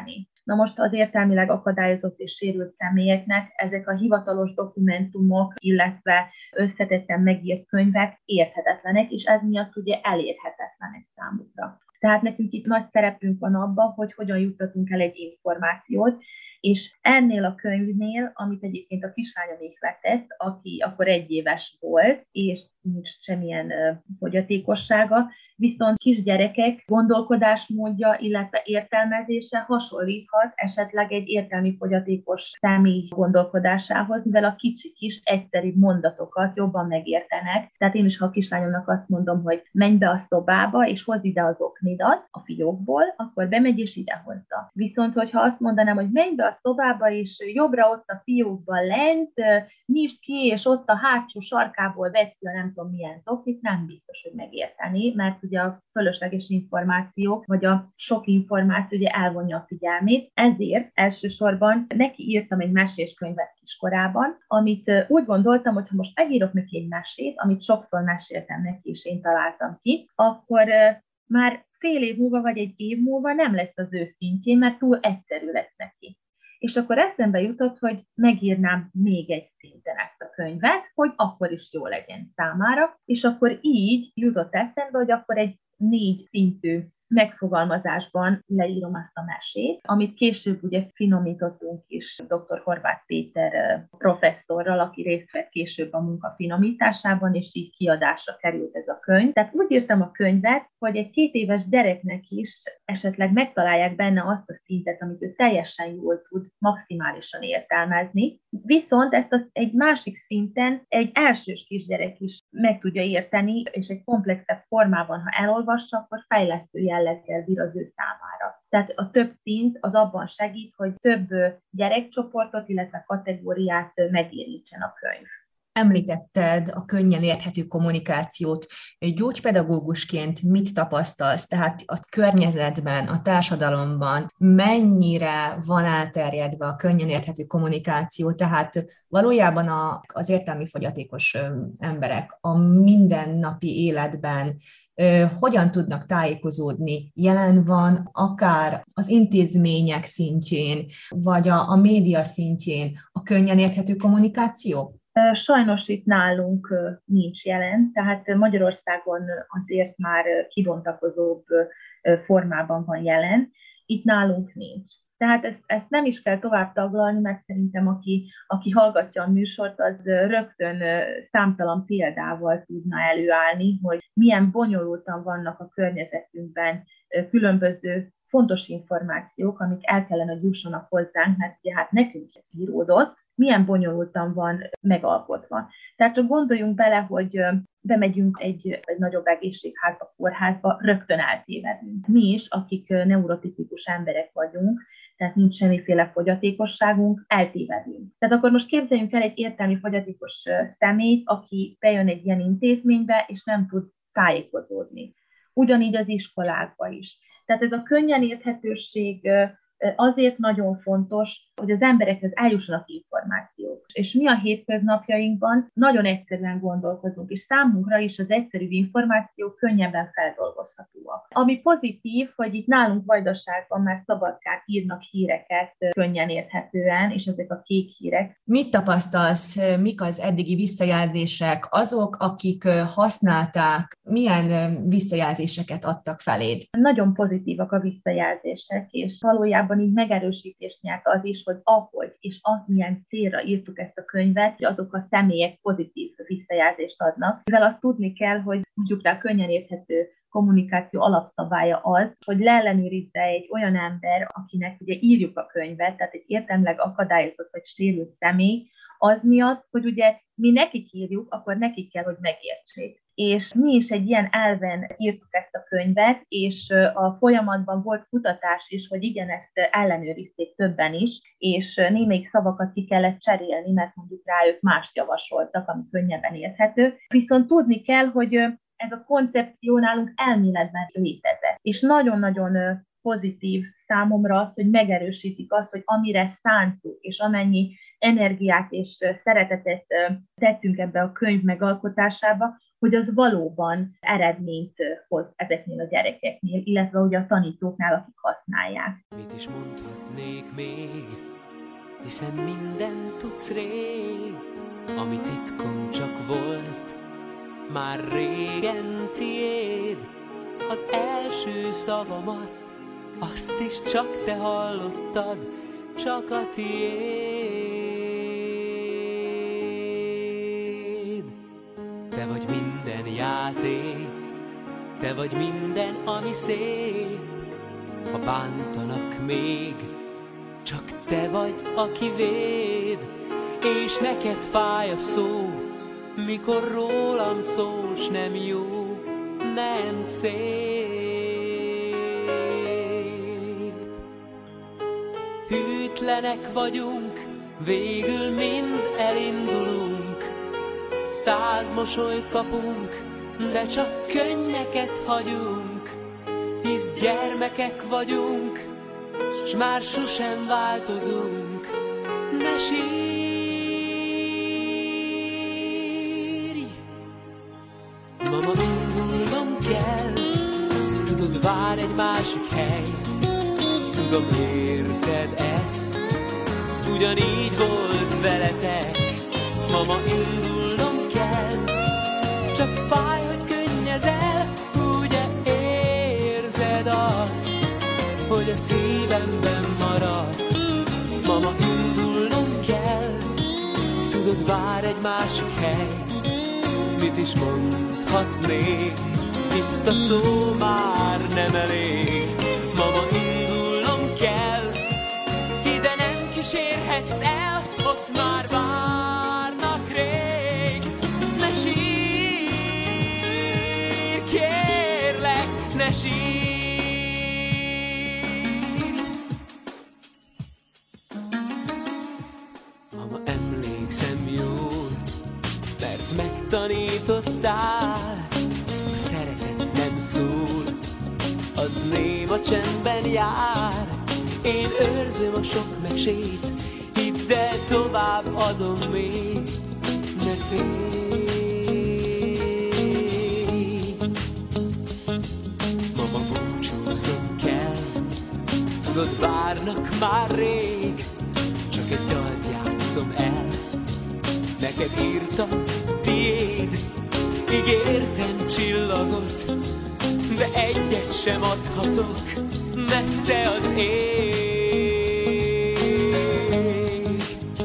Na most az értelmileg akadályozott és sérült személyeknek ezek a hivatalos dokumentumok, illetve összetetten megírt könyvek érthetetlenek, és ez miatt ugye elérhetetlenek számukra. Tehát nekünk itt nagy szerepünk van abban, hogy hogyan juttatunk el egy információt, és ennél a könyvnél, amit egyébként a kislányom ihletett, aki akkor egy éves volt, és nincs semmilyen uh, fogyatékossága, viszont kisgyerekek gondolkodásmódja, illetve értelmezése hasonlíthat esetleg egy értelmi fogyatékos személy gondolkodásához, mivel a kicsik is egyszerűbb mondatokat jobban megértenek. Tehát én is, ha a kislányomnak azt mondom, hogy menj be a szobába, és hozd ide az oknidat a fiókból, akkor bemegy és idehozza. Viszont, hogyha azt mondanám, hogy menj be a szobába, és jobbra ott a fiókban lent, nyisd ki, és ott a hátsó sarkából vedd ki a nem tudom milyen oknit, nem biztos, hogy megérteni, mert ugye a fölösleges információk, vagy a sok információ ugye elvonja a figyelmét. Ezért elsősorban neki írtam egy meséskönyvet kiskorában, amit úgy gondoltam, hogy ha most megírok neki egy mesét, amit sokszor meséltem neki, és én találtam ki, akkor már fél év múlva, vagy egy év múlva nem lesz az ő szintjén, mert túl egyszerű lesz neki. És akkor eszembe jutott, hogy megírnám még egy szinten ezt a könyvet, hogy akkor is jó legyen számára, és akkor így jutott eszembe, hogy akkor egy négy szintű megfogalmazásban leírom azt a mesét, amit később ugye finomítottunk is dr. Horváth Péter professzorral, aki részt vett később a munka finomításában, és így kiadásra került ez a könyv. Tehát úgy írtam a könyvet, hogy egy két éves gyereknek is esetleg megtalálják benne azt a szintet, amit ő teljesen jól tud maximálisan értelmezni. Viszont ezt az egy másik szinten egy elsős kisgyerek is meg tudja érteni, és egy komplexebb formában, ha elolvassa, akkor fejlesztő jelleggel bír az ő számára. Tehát a több szint az abban segít, hogy több gyerekcsoportot, illetve kategóriát megérintsen a könyv. Említetted a könnyen érthető kommunikációt. Gyógypedagógusként mit tapasztalsz? Tehát a környezetben, a társadalomban mennyire van elterjedve a könnyen érthető kommunikáció? Tehát valójában a, az értelmi fogyatékos emberek a mindennapi életben hogyan tudnak tájékozódni? Jelen van akár az intézmények szintjén, vagy a, a média szintjén a könnyen érthető kommunikáció? Sajnos itt nálunk nincs jelen, tehát Magyarországon azért már kibontakozóbb formában van jelen, itt nálunk nincs. Tehát ezt, ezt nem is kell tovább taglalni, mert szerintem aki, aki hallgatja a műsort, az rögtön számtalan példával tudna előállni, hogy milyen bonyolultan vannak a környezetünkben különböző fontos információk, amik el kellene, hogy jussanak hozzánk, mert ugye hát nekünk íródott, milyen bonyolultan van megalkotva. Tehát csak gondoljunk bele, hogy bemegyünk egy, egy nagyobb egészségházba, kórházba, rögtön eltévedünk. Mi is, akik neurotipikus emberek vagyunk, tehát nincs semmiféle fogyatékosságunk, eltévedünk. Tehát akkor most képzeljünk el egy értelmi fogyatékos személyt, aki bejön egy ilyen intézménybe, és nem tud tájékozódni. Ugyanígy az iskolákban is. Tehát ez a könnyen érthetőség azért nagyon fontos, hogy az emberekhez eljussanak információk. És mi a hétköznapjainkban nagyon egyszerűen gondolkozunk, és számunkra is az egyszerű információk könnyebben feldolgozhatóak. Ami pozitív, hogy itt nálunk Vajdaságban már Szabadkán írnak híreket könnyen érthetően, és ezek a kék hírek. Mit tapasztalsz, mik az eddigi visszajelzések, azok, akik használták, milyen visszajelzéseket adtak feléd? Nagyon pozitívak a visszajelzések, és valójában így megerősítést nyert az is, hogy ahogy és az milyen célra írtuk ezt a könyvet, hogy azok a személyek pozitív visszajelzést adnak. Mivel azt tudni kell, hogy mondjuk rá könnyen érthető kommunikáció alapszabálya az, hogy leellenőrizze egy olyan ember, akinek ugye írjuk a könyvet, tehát egy értelmileg akadályozott vagy sérült személy, az miatt, hogy ugye mi nekik írjuk, akkor nekik kell, hogy megértsék. És mi is egy ilyen elven írtuk ezt a könyvet, és a folyamatban volt kutatás is, hogy igen, ezt ellenőrizték többen is, és némelyik szavakat ki kellett cserélni, mert mondjuk rá ők mást javasoltak, ami könnyebben érthető. Viszont tudni kell, hogy ez a koncepció nálunk elméletben létezett. És nagyon-nagyon pozitív számomra az, hogy megerősítik azt, hogy amire szántuk, és amennyi energiát és szeretetet tettünk ebbe a könyv megalkotásába, hogy az valóban eredményt hoz ezeknél a gyerekeknél, illetve ugye a tanítóknál, akik használják. Mit is mondhatnék még, hiszen mindent tudsz rég, ami titkom csak volt, már régen tiéd. Az első szavamat, azt is csak te hallottad, csak a tiéd. Te vagy minden játék, te vagy minden, ami szép. Ha bántanak még, csak te vagy, aki véd. És neked fáj a szó, mikor rólam szól, s nem jó, nem szép. Hűtlenek vagyunk, végül mind elindulunk. Száz mosolyt kapunk, de csak könnyeket hagyunk. Hisz gyermekek vagyunk, s már sosem változunk. Ne sírj! Mama, indulnom kell, tudod, vár egy másik hely. Tudom, érted ezt, ugyanígy volt veletek. Mama, indulnom kell, csak fáj, hogy könnyezel. Ugye érzed azt, hogy a szívemben maradsz. Mama, indulnom kell, tudod, vár egy másik hely. Mit is mondhatnék, itt a szó már nem elég. Mama, indulnom kell, ide nem kísérhetsz el, ott már várnak rég. Ne sírj, kérlek, ne sírj. Mama, emlékszem jól, mert megtanítottál, a szeretet nem szól, az néma csendben jár. Én őrzöm a sok mesét, hidd el, tovább adom még, ne félj. Mama, búcsúznom kell, tudod, várnak már rég, csak egy dalt játszom el, neked írtam, tiéd. Ígértem csillagot, de egyet sem adhatok, messze az ég.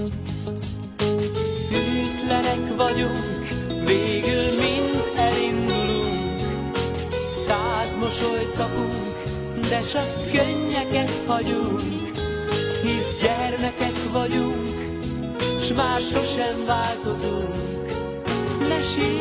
Hűtlenek vagyunk, végül mind elindulunk. Száz mosolyt kapunk, de csak könnyeket hagyunk. Hisz gyermekek vagyunk, s már sosem változunk. Ne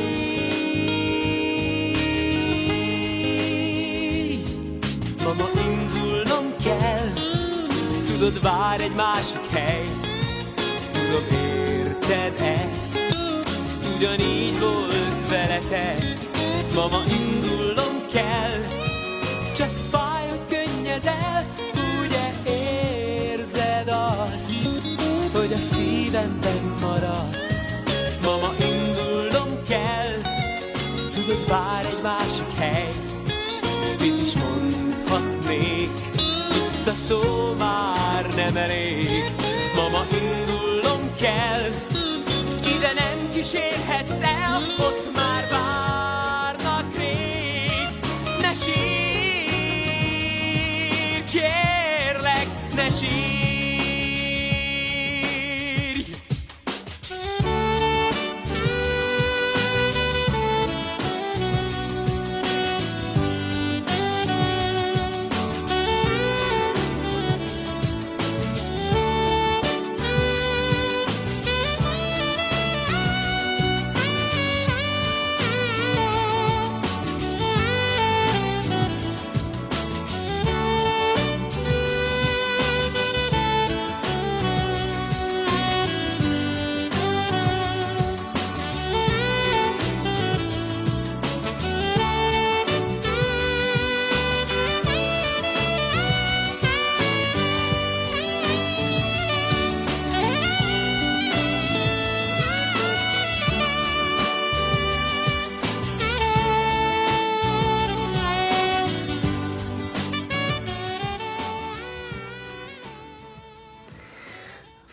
sírj! Mama, indulnom kell, tudod, vár egy másik hely. Tudom, érted ezt, ugyanígy volt veletek. Mama, indulnom kell, csak fáj, hogy könnyezel. Ugye érzed azt, hogy a szívemben maradsz. Mama, indulnom kell, tudod, vár egy másik hely. Mit is mondhatnék, itt a szó már nem elég. Mama, indulnom kell, ide nem kísérhetsz el, ott már várnak rég. Ne sírj, kérlek, ne sírj!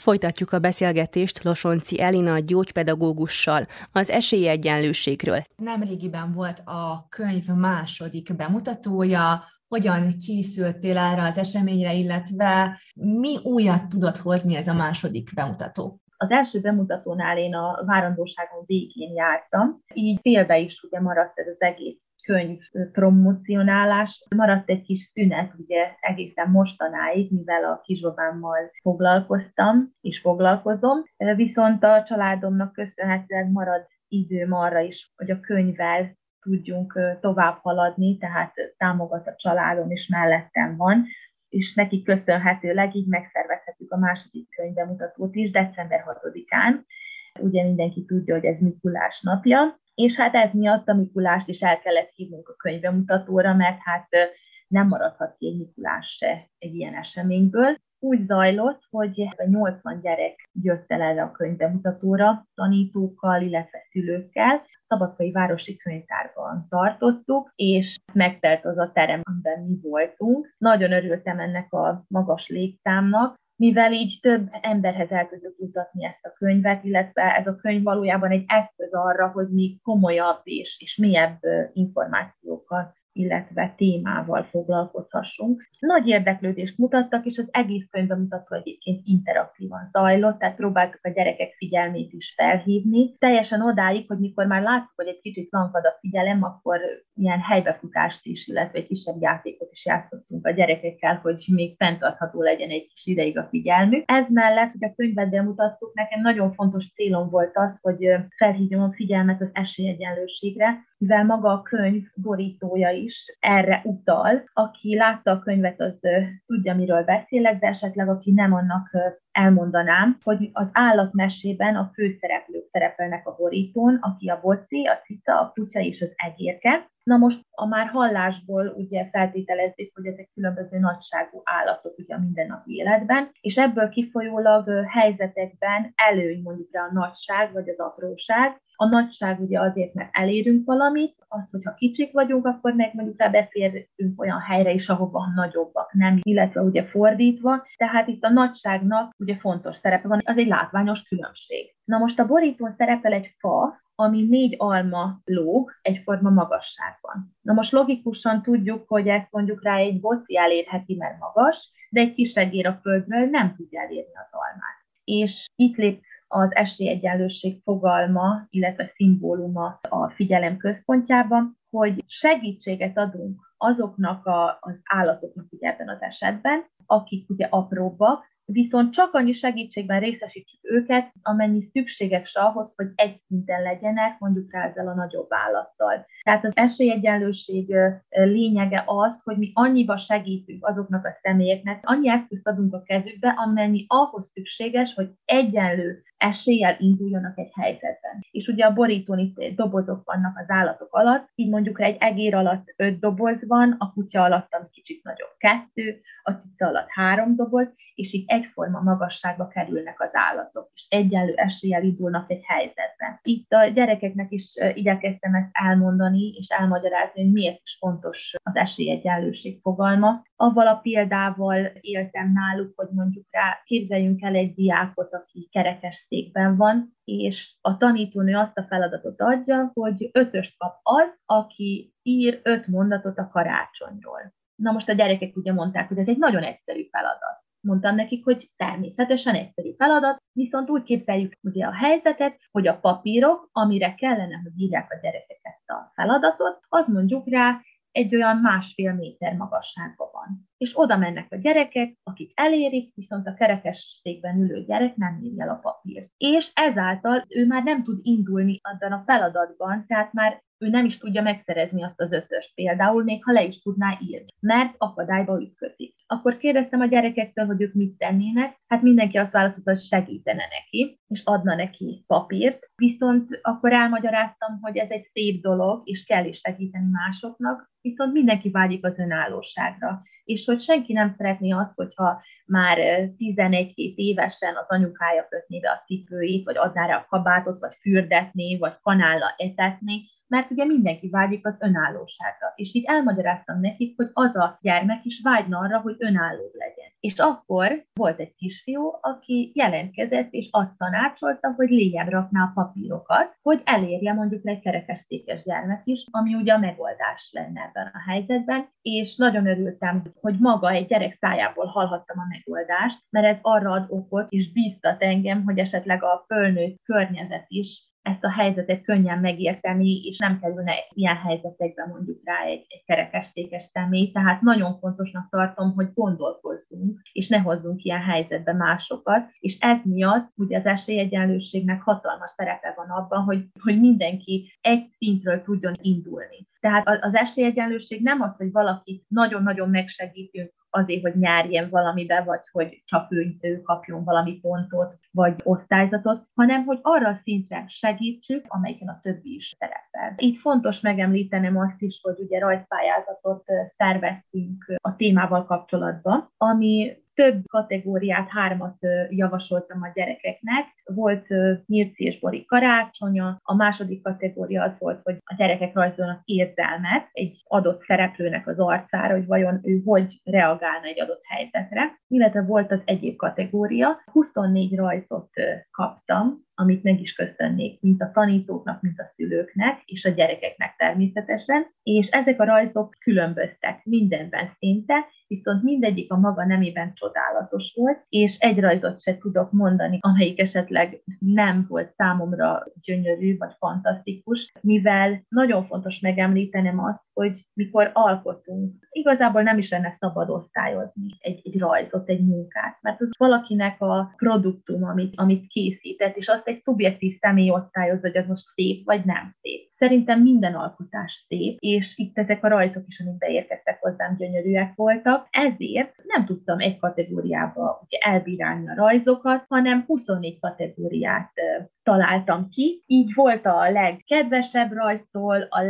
Folytatjuk a beszélgetést Losonczy Elina gyógypedagógussal az esélyegyenlőségről. Nemrégiben volt a könyv második bemutatója. Hogyan készültél erre az eseményre, illetve mi újat tudott hozni ez a második bemutató? Az első bemutatónál én a várandóságon végén jártam, így félbe is ugye maradt ez az egész könyv promocionálás. Maradt egy kis szünet ugye egészen mostanáig, mivel a kisbabámmal foglalkoztam és foglalkozom, viszont a családomnak köszönhetően marad időm arra is, hogy a könyvvel tudjunk tovább haladni, tehát támogat a családom is mellettem van, és neki köszönhetőleg így megszervezhetjük a második könyvbemutatót is december hatodikán. Ugye mindenki tudja, hogy ez Mikulás napja, és hát ez miatt a Mikulást is el kellett hívnunk a könyvbemutatóra, mert hát nem maradhat ki egy Mikulás se egy ilyen eseményből. Úgy zajlott, hogy nyolcvan gyerek jött el erre a könyvbemutatóra, tanítókkal, illetve szülőkkel. Szabadkai Városi Könyvtárban tartottuk, és megtelt az a terem, amiben mi voltunk. Nagyon örültem ennek a magas létszámnak, mivel így több emberhez el tudjuk jutatni ezt a könyvet, illetve ez a könyv valójában egy eszköz arra, hogy mi komolyabb és, és mélyebb információkat, illetve témával foglalkozhassunk. Nagy érdeklődést mutattak, és az egész könyvbemutató egyébként interaktívan zajlott, tehát próbáltuk a gyerekek figyelmét is felhívni. Teljesen odáig, hogy mikor már láttuk, hogy egy kicsit lankad a figyelem, akkor ilyen helybefutást is, illetve egy kisebb játékot is játszottunk a gyerekekkel, hogy még fenntartható legyen egy kis ideig a figyelmük. Ez mellett, hogy a könyvet bemutattuk, nekem nagyon fontos célom volt az, hogy felhívjam a figyelmet az esélyegyenlőségre, mivel maga a könyv borítója is erre utal. Aki látta a könyvet, az tudja, miről beszélek, de esetleg aki nem, annak elmondanám, hogy az állatmesében a főszereplők szerepelnek a borítón, aki a boci, a cica, a kutya és az egérke. Na most a már hallásból ugye feltételezzük, hogy ezek különböző nagyságú állatok ugye a mindennapi életben, és ebből kifolyólag helyzetekben előny mondjuk rá a nagyság vagy az apróság. A nagyság ugye azért, mert elérünk valamit, az, hogyha kicsik vagyunk, akkor meg mondjuk rá beférünk olyan helyre is, ahova a nagyobbak nem, illetve ugye fordítva. Tehát itt a nagyságnak ugye fontos szerepe van, az egy látványos különbség. Na most a borítón szerepel egy fa, ami négy alma lóg egyforma magasságban. Na most logikusan tudjuk, hogy ezt mondjuk rá egy boci elérheti, mert magas, de egy kis egér a földről nem tudja elérni az almát. És itt lép az esélyegyenlőség fogalma, illetve szimbóluma a figyelem központjában, hogy segítséget adunk azoknak a, az állatoknak ugye ebben az esetben, akik ugye apróbbak, viszont csak annyi segítségben részesítsük őket, amennyi szükséges ahhoz, hogy egy szinten legyenek, mondjuk rá ezzel a nagyobb állattal. Tehát az esélyegyenlőség lényege az, hogy mi annyiba segítünk azoknak a személyeknek, annyi eszközt adunk a kezükbe, amennyi ahhoz szükséges, hogy egyenlő eséllyel induljanak egy helyzetben. És ugye a borítón itt dobozok vannak az állatok alatt, így mondjuk egy egér alatt öt doboz van, a kutya alatt, ami kicsit nagyobb, kettő, a cica alatt három doboz, és így egyforma magasságba kerülnek az állatok, és egyenlő eséllyel indulnak egy helyzetben. Itt a gyerekeknek is igyekeztem ezt elmondani, és elmagyarázni, hogy miért is fontos az esélyegyenlőség fogalma. Avval a példával éltem náluk, hogy mondjuk rá képzeljünk el egy diákot, aki kerekes székben van, és a tanítónő azt a feladatot adja, hogy ötöst kap az, aki ír öt mondatot a karácsonyról. Na most a gyerekek ugye mondták, hogy ez egy nagyon egyszerű feladat. Mondtam nekik, hogy természetesen egyszerű feladat, viszont úgy képzeljük ugye a helyzetet, hogy a papírok, amire kellene, hogy írják a gyerekek ezt a feladatot, az mondjuk rá egy olyan másfél méter magasságban van. És oda mennek a gyerekek, akik elérik, viszont a kerekességben ülő gyerek nem írja el a papírt. És ezáltal ő már nem tud indulni abban a feladatban, tehát már ő nem is tudja megszerezni azt az ötöst például, még ha le is tudná írni, mert akadályba ütközik. Akkor kérdeztem a gyerekektől, hogy ők mit tennének, hát mindenki azt válaszolta, hogy segítene neki, és adna neki papírt, viszont akkor elmagyaráztam, hogy ez egy szép dolog, és kell is segíteni másoknak, viszont mindenki vágyik az önállóságra, és hogy senki nem szeretné azt, hogyha már tizenegy-két évesen az anyukája kötné be a cipőit, vagy adná rá a kabátot, vagy fürdetné, vagy kanállal etetné, mert ugye mindenki vágyik az önállóságra. És így elmagyaráztam nekik, hogy az a gyermek is vágyna arra, hogy önálló legyen. És akkor volt egy kisfiú, aki jelentkezett, és azt tanácsolta, hogy léjjebb rakná a papírokat, hogy elérje mondjuk egy kerekesszékes gyermek is, ami ugye a megoldás lenne ebben a helyzetben, és nagyon örültem, hogy maga egy gyerek szájából hallhattam a megoldást, mert ez arra ad okot, és bíztat engem, hogy esetleg a fölnőtt környezet is ezt a helyzetet könnyen megérteni, és nem kerülne ilyen helyzetekben mondjuk rá egy, egy kerekestékes személy. Tehát nagyon fontosnak tartom, hogy gondolkozzunk, és ne hozzunk ilyen helyzetbe másokat. És ez miatt ugye az esélyegyenlőségnek hatalmas szerepe van abban, hogy, hogy mindenki egy szintről tudjon indulni. Tehát az esélyegyenlőség nem az, hogy valakit nagyon-nagyon megsegítünk azért, hogy nyerjen valamibe, vagy hogy csak ő, ő kapjon valami pontot, vagy osztályzatot, hanem hogy arra a szintre segítsük, amelyiken a többi is szerepel. Így fontos megemlítenem azt is, hogy ugye rajzpályázatot szerveztünk a témával kapcsolatban, ami több kategóriát, hármat javasoltam a gyerekeknek. Volt Mirci és Bori karácsonya, a második kategória az volt, hogy a gyerekek rajzolnak érzelmet egy adott szereplőnek az arcára, hogy vajon ő hogy reagálna egy adott helyzetre, illetve volt az egyéb kategória. huszonnégy rajzot kaptam, amit meg is köszönnék, mint a tanítóknak, mint a szülőknek, és a gyerekeknek természetesen, és ezek a rajzok különböztek mindenben szinte, viszont mindegyik a maga nemében csodálatos volt, és egy rajzot se tudok mondani, amelyik esetleg nem volt számomra gyönyörű vagy fantasztikus, mivel nagyon fontos megemlítenem azt, hogy mikor alkotunk, igazából nem is lenne szabad osztályozni egy, egy rajzot, egy munkát, mert az valakinek a produktum, amit, amit készített, és azt egy szubjektív személy osztályoz, hogy az most szép vagy nem szép. Szerintem minden alkotás szép, és itt ezek a rajzok is, amik beérkeztek hozzám, gyönyörűek voltak, ezért nem tudtam egy kategóriába ugye, elbírálni a rajzokat, hanem huszonnégy kategóriát uh, találtam ki. Így volt a legkedvesebb rajztól a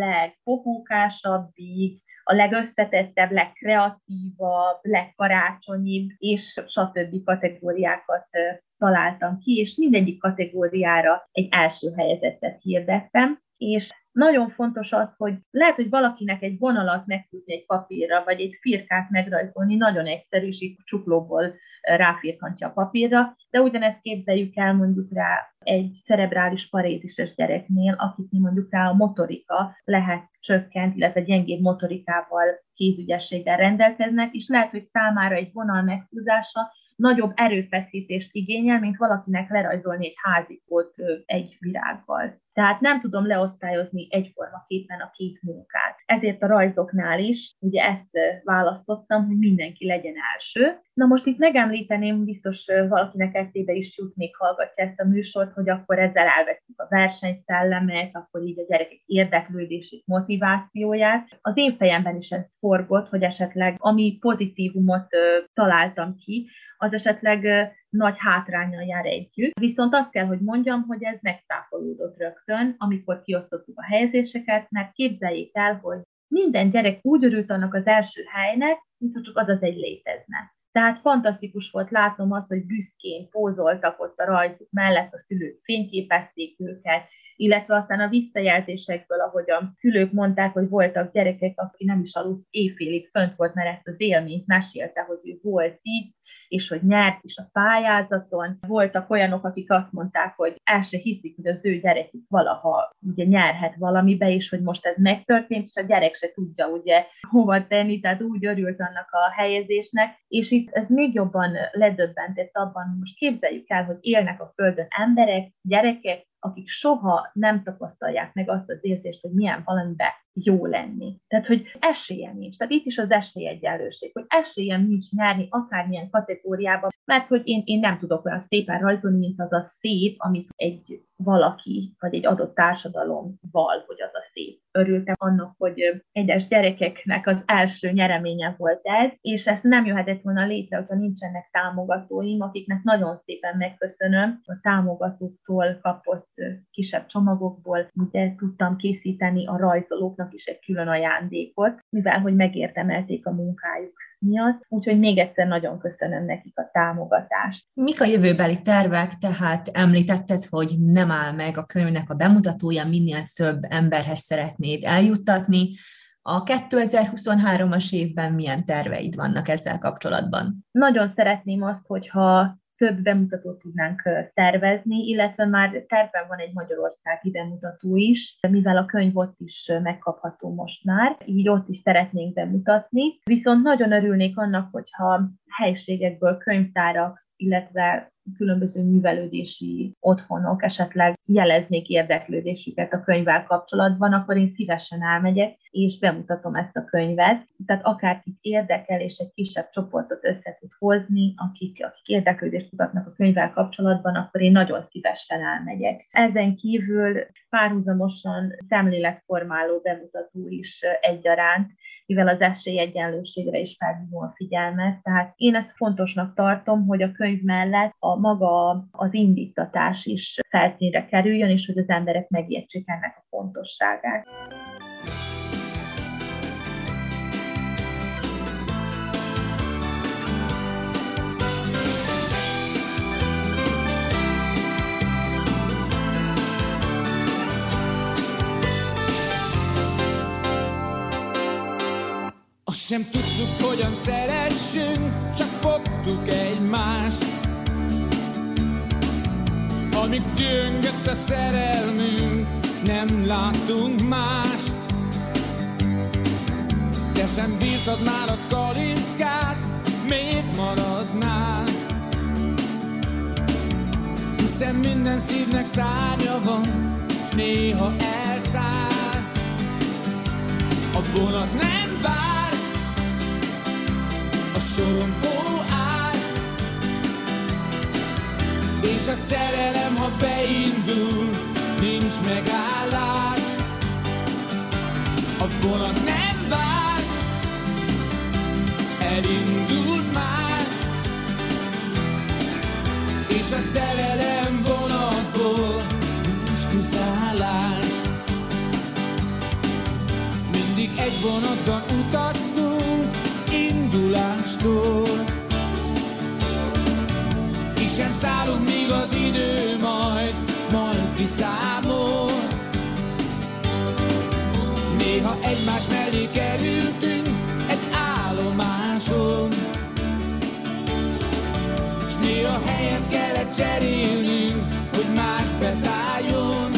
legpohókásabbig, a legösszetettebb, legkreatívabb, legkarácsonyibb, és stb. Kategóriákat uh, találtam ki, és mindegyik kategóriára egy első helyezettet hirdettem, és nagyon fontos az, hogy lehet, hogy valakinek egy vonalat megtudni egy papírra, vagy egy firkát megrajzolni, nagyon egyszerű, és itt csuklóból ráfirkantja a papírra, de ugyanezt képzeljük el mondjuk rá egy cerebrális parézises gyereknél, akiknél mondjuk rá a motorika lehet csökkent, illetve gyengébb motorikával, kézügyességgel rendelkeznek, és lehet, hogy számára egy vonal meghúzása nagyobb erőfeszítést igényel, mint valakinek lerajzolni egy házikót egy virággal. Tehát nem tudom leosztályozni egyformaképpen a két munkát. Ezért a rajzoknál is ugye ezt választottam, hogy mindenki legyen első. Na most itt megemlíteném, biztos valakinek eszébe is jut, még hallgatja ezt a műsort, hogy akkor ezzel elveszünk a versenyszellemet, akkor így a gyerekek érdeklődését, motivációját. Az én fejemben is ez forgott, hogy esetleg ami pozitívumot találtam ki, az esetleg nagy hátránnyal jár együtt. Viszont azt kell, hogy mondjam, hogy ez megszáfolódott rögtön, amikor kiosztottuk a helyezéseket, mert képzeljék el, hogy minden gyerek úgy örült annak az első helynek, mintha csak az az egy létezne. Tehát fantasztikus volt látnom azt, hogy büszkén pózoltak ott a rajzuk mellett, a szülők fényképezték őket, illetve aztán a visszajelzésekből, ahogy a szülők mondták, hogy voltak gyerekek, aki nem is aludt éjfélig fönt volt, mert ezt az élményt mesélte, hogy ő volt itt, és hogy nyert is a pályázaton. Voltak olyanok, akik azt mondták, hogy el se hiszik, hogy az ő gyerekük valaha ugye nyerhet valamibe, és hogy most ez megtörtént, és a gyerek se tudja ugye hova tenni, tehát úgy örült annak a helyezésnek, és itt ez még jobban ledöbbentett abban, hogy most képzeljük el, hogy élnek a Földön emberek, gyerekek, akik soha nem tapasztalják meg azt az érzést, hogy milyen valamiben jó lenni. Tehát, hogy esélye nincs. Tehát itt is az esélyegyenlőség, hogy esélyem nincs nyerni akármilyen kategóriában, mert hogy én, én nem tudok olyan szépen rajzolni, mint az a szép, amit egy valaki, vagy egy adott társadalom val, hogy az a szép. Örültem annak, hogy egyes gyerekeknek az első nyereménye volt ez, és ezt nem jöhetett volna létre, hogyha nincsenek támogatóim, akiknek nagyon szépen megköszönöm. A támogatóktól kapott kisebb csomagokból ugye tudtam készíteni a rajzolóknak is egy külön ajándékot, mivel hogy megérdemelték a munkájuk miatt, úgyhogy még egyszer nagyon köszönöm nekik a támogatást. Mik a jövőbeli tervek? Tehát említetted, hogy nem áll meg a könyvnek a bemutatója, minél több emberhez szeretnéd eljuttatni. A kétezer-huszonhármas évben milyen terveid vannak ezzel kapcsolatban? Nagyon szeretném azt, hogyha több bemutatót tudnánk szervezni, illetve már tervben van egy magyarországi bemutató is, mivel a könyv ott is megkapható most már, így ott is szeretnénk bemutatni. Viszont nagyon örülnék annak, hogyha helységekből könyvtárak, illetve különböző művelődési otthonok esetleg jeleznék érdeklődésüket a könyvvel kapcsolatban, akkor én szívesen elmegyek, és bemutatom ezt a könyvet. Tehát akárkit érdekel, és egy kisebb csoportot össze tud hozni, akik, akik érdeklődést mutatnak a könyvvel kapcsolatban, akkor én nagyon szívesen elmegyek. Ezen kívül párhuzamosan szemléletformáló bemutató is egyaránt, mivel az esélyegyenlőségre is felhívom a figyelmet. Tehát én ezt fontosnak tartom, hogy a könyv mellett a maga az indítatás is felszínre kerüljön, és hogy az emberek megértsék ennek a fontosságát. Azt sem tudtuk, hogyan szeressünk, csak fogtuk egymást. Amíg gyöngött a szerelmünk, nem láttunk mást. Te sem bírtad már a kalintkát, miért maradnál? Hiszen minden szívnek szárnya van, s néha elszáll. A vonat nem vár, a sorompó áll, és a szerelem, ha beindul, nincs megállás. A vonat nem vár, elindul már, és a szerelem vonatból nincs kiszállás. Mindig egy vonatban utaztunk, indulástól, és sem szállunk, míg az idő majd, majd kiszámol. Néha egymás mellé kerültünk egy állomáson, s néha helyet kellett cserélnünk, hogy más beszálljon.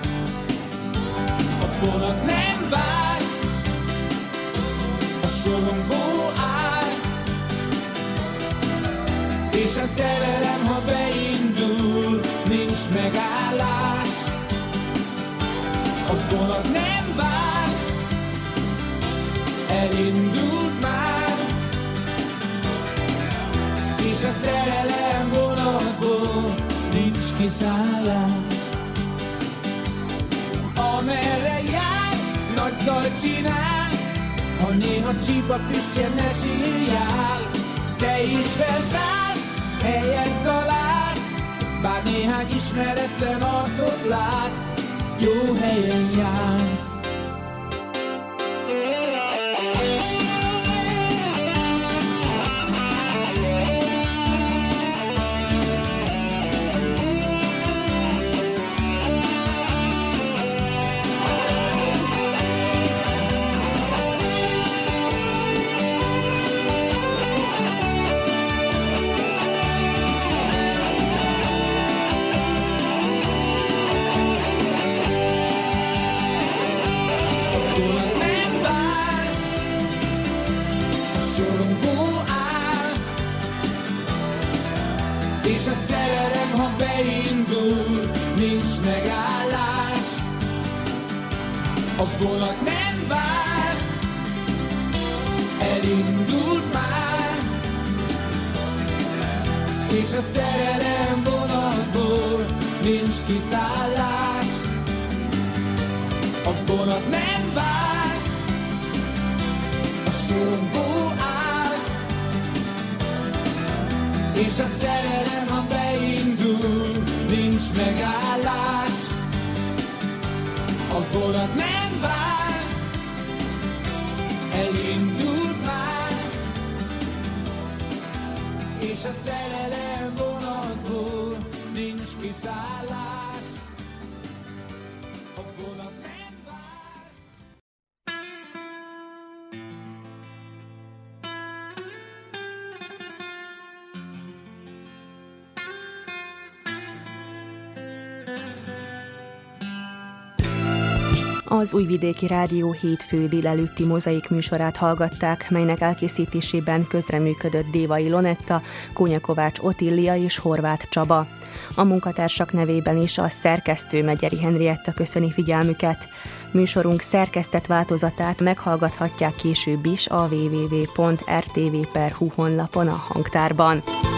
A vonat nem vár, a sorompó áll, és a szerelem, ha beindul, nincs megállás. A vonat nem vár, elindul már, és a szerelem vonatból nincs kiszállás. Amerre jár, nagy zajt csinál, ha néha csípa füstje ne sírjál. Te is felszállsz, helyet találsz, bár néhány ismeretlen arcot látsz, jó helyen jársz. És a szerelem, ha beindul, nincs megállás. A vonat nem vár, elindult már, és a szerelem vonatból nincs kiszállás. A vonat nem vár, a sorompó áll, és a szerelem, ha beindul, nincs megállás. A vonat nem vár, elindult már, és a szerelem vonatból nincs kiszállás. A vonat nem vár. Az Újvidéki Rádió hétfő délelőtti mozaik műsorát hallgatták, melynek elkészítésében közreműködött Dévai Lonetta, Kónya Kovács Otília és Horváth Csaba. A munkatársak nevében is a szerkesztő Megyeri Henrietta köszöni figyelmüket. Műsorunk szerkesztett változatát meghallgathatják később is a double-u double-u double-u pont r t v pont h u honlapon a hangtárban.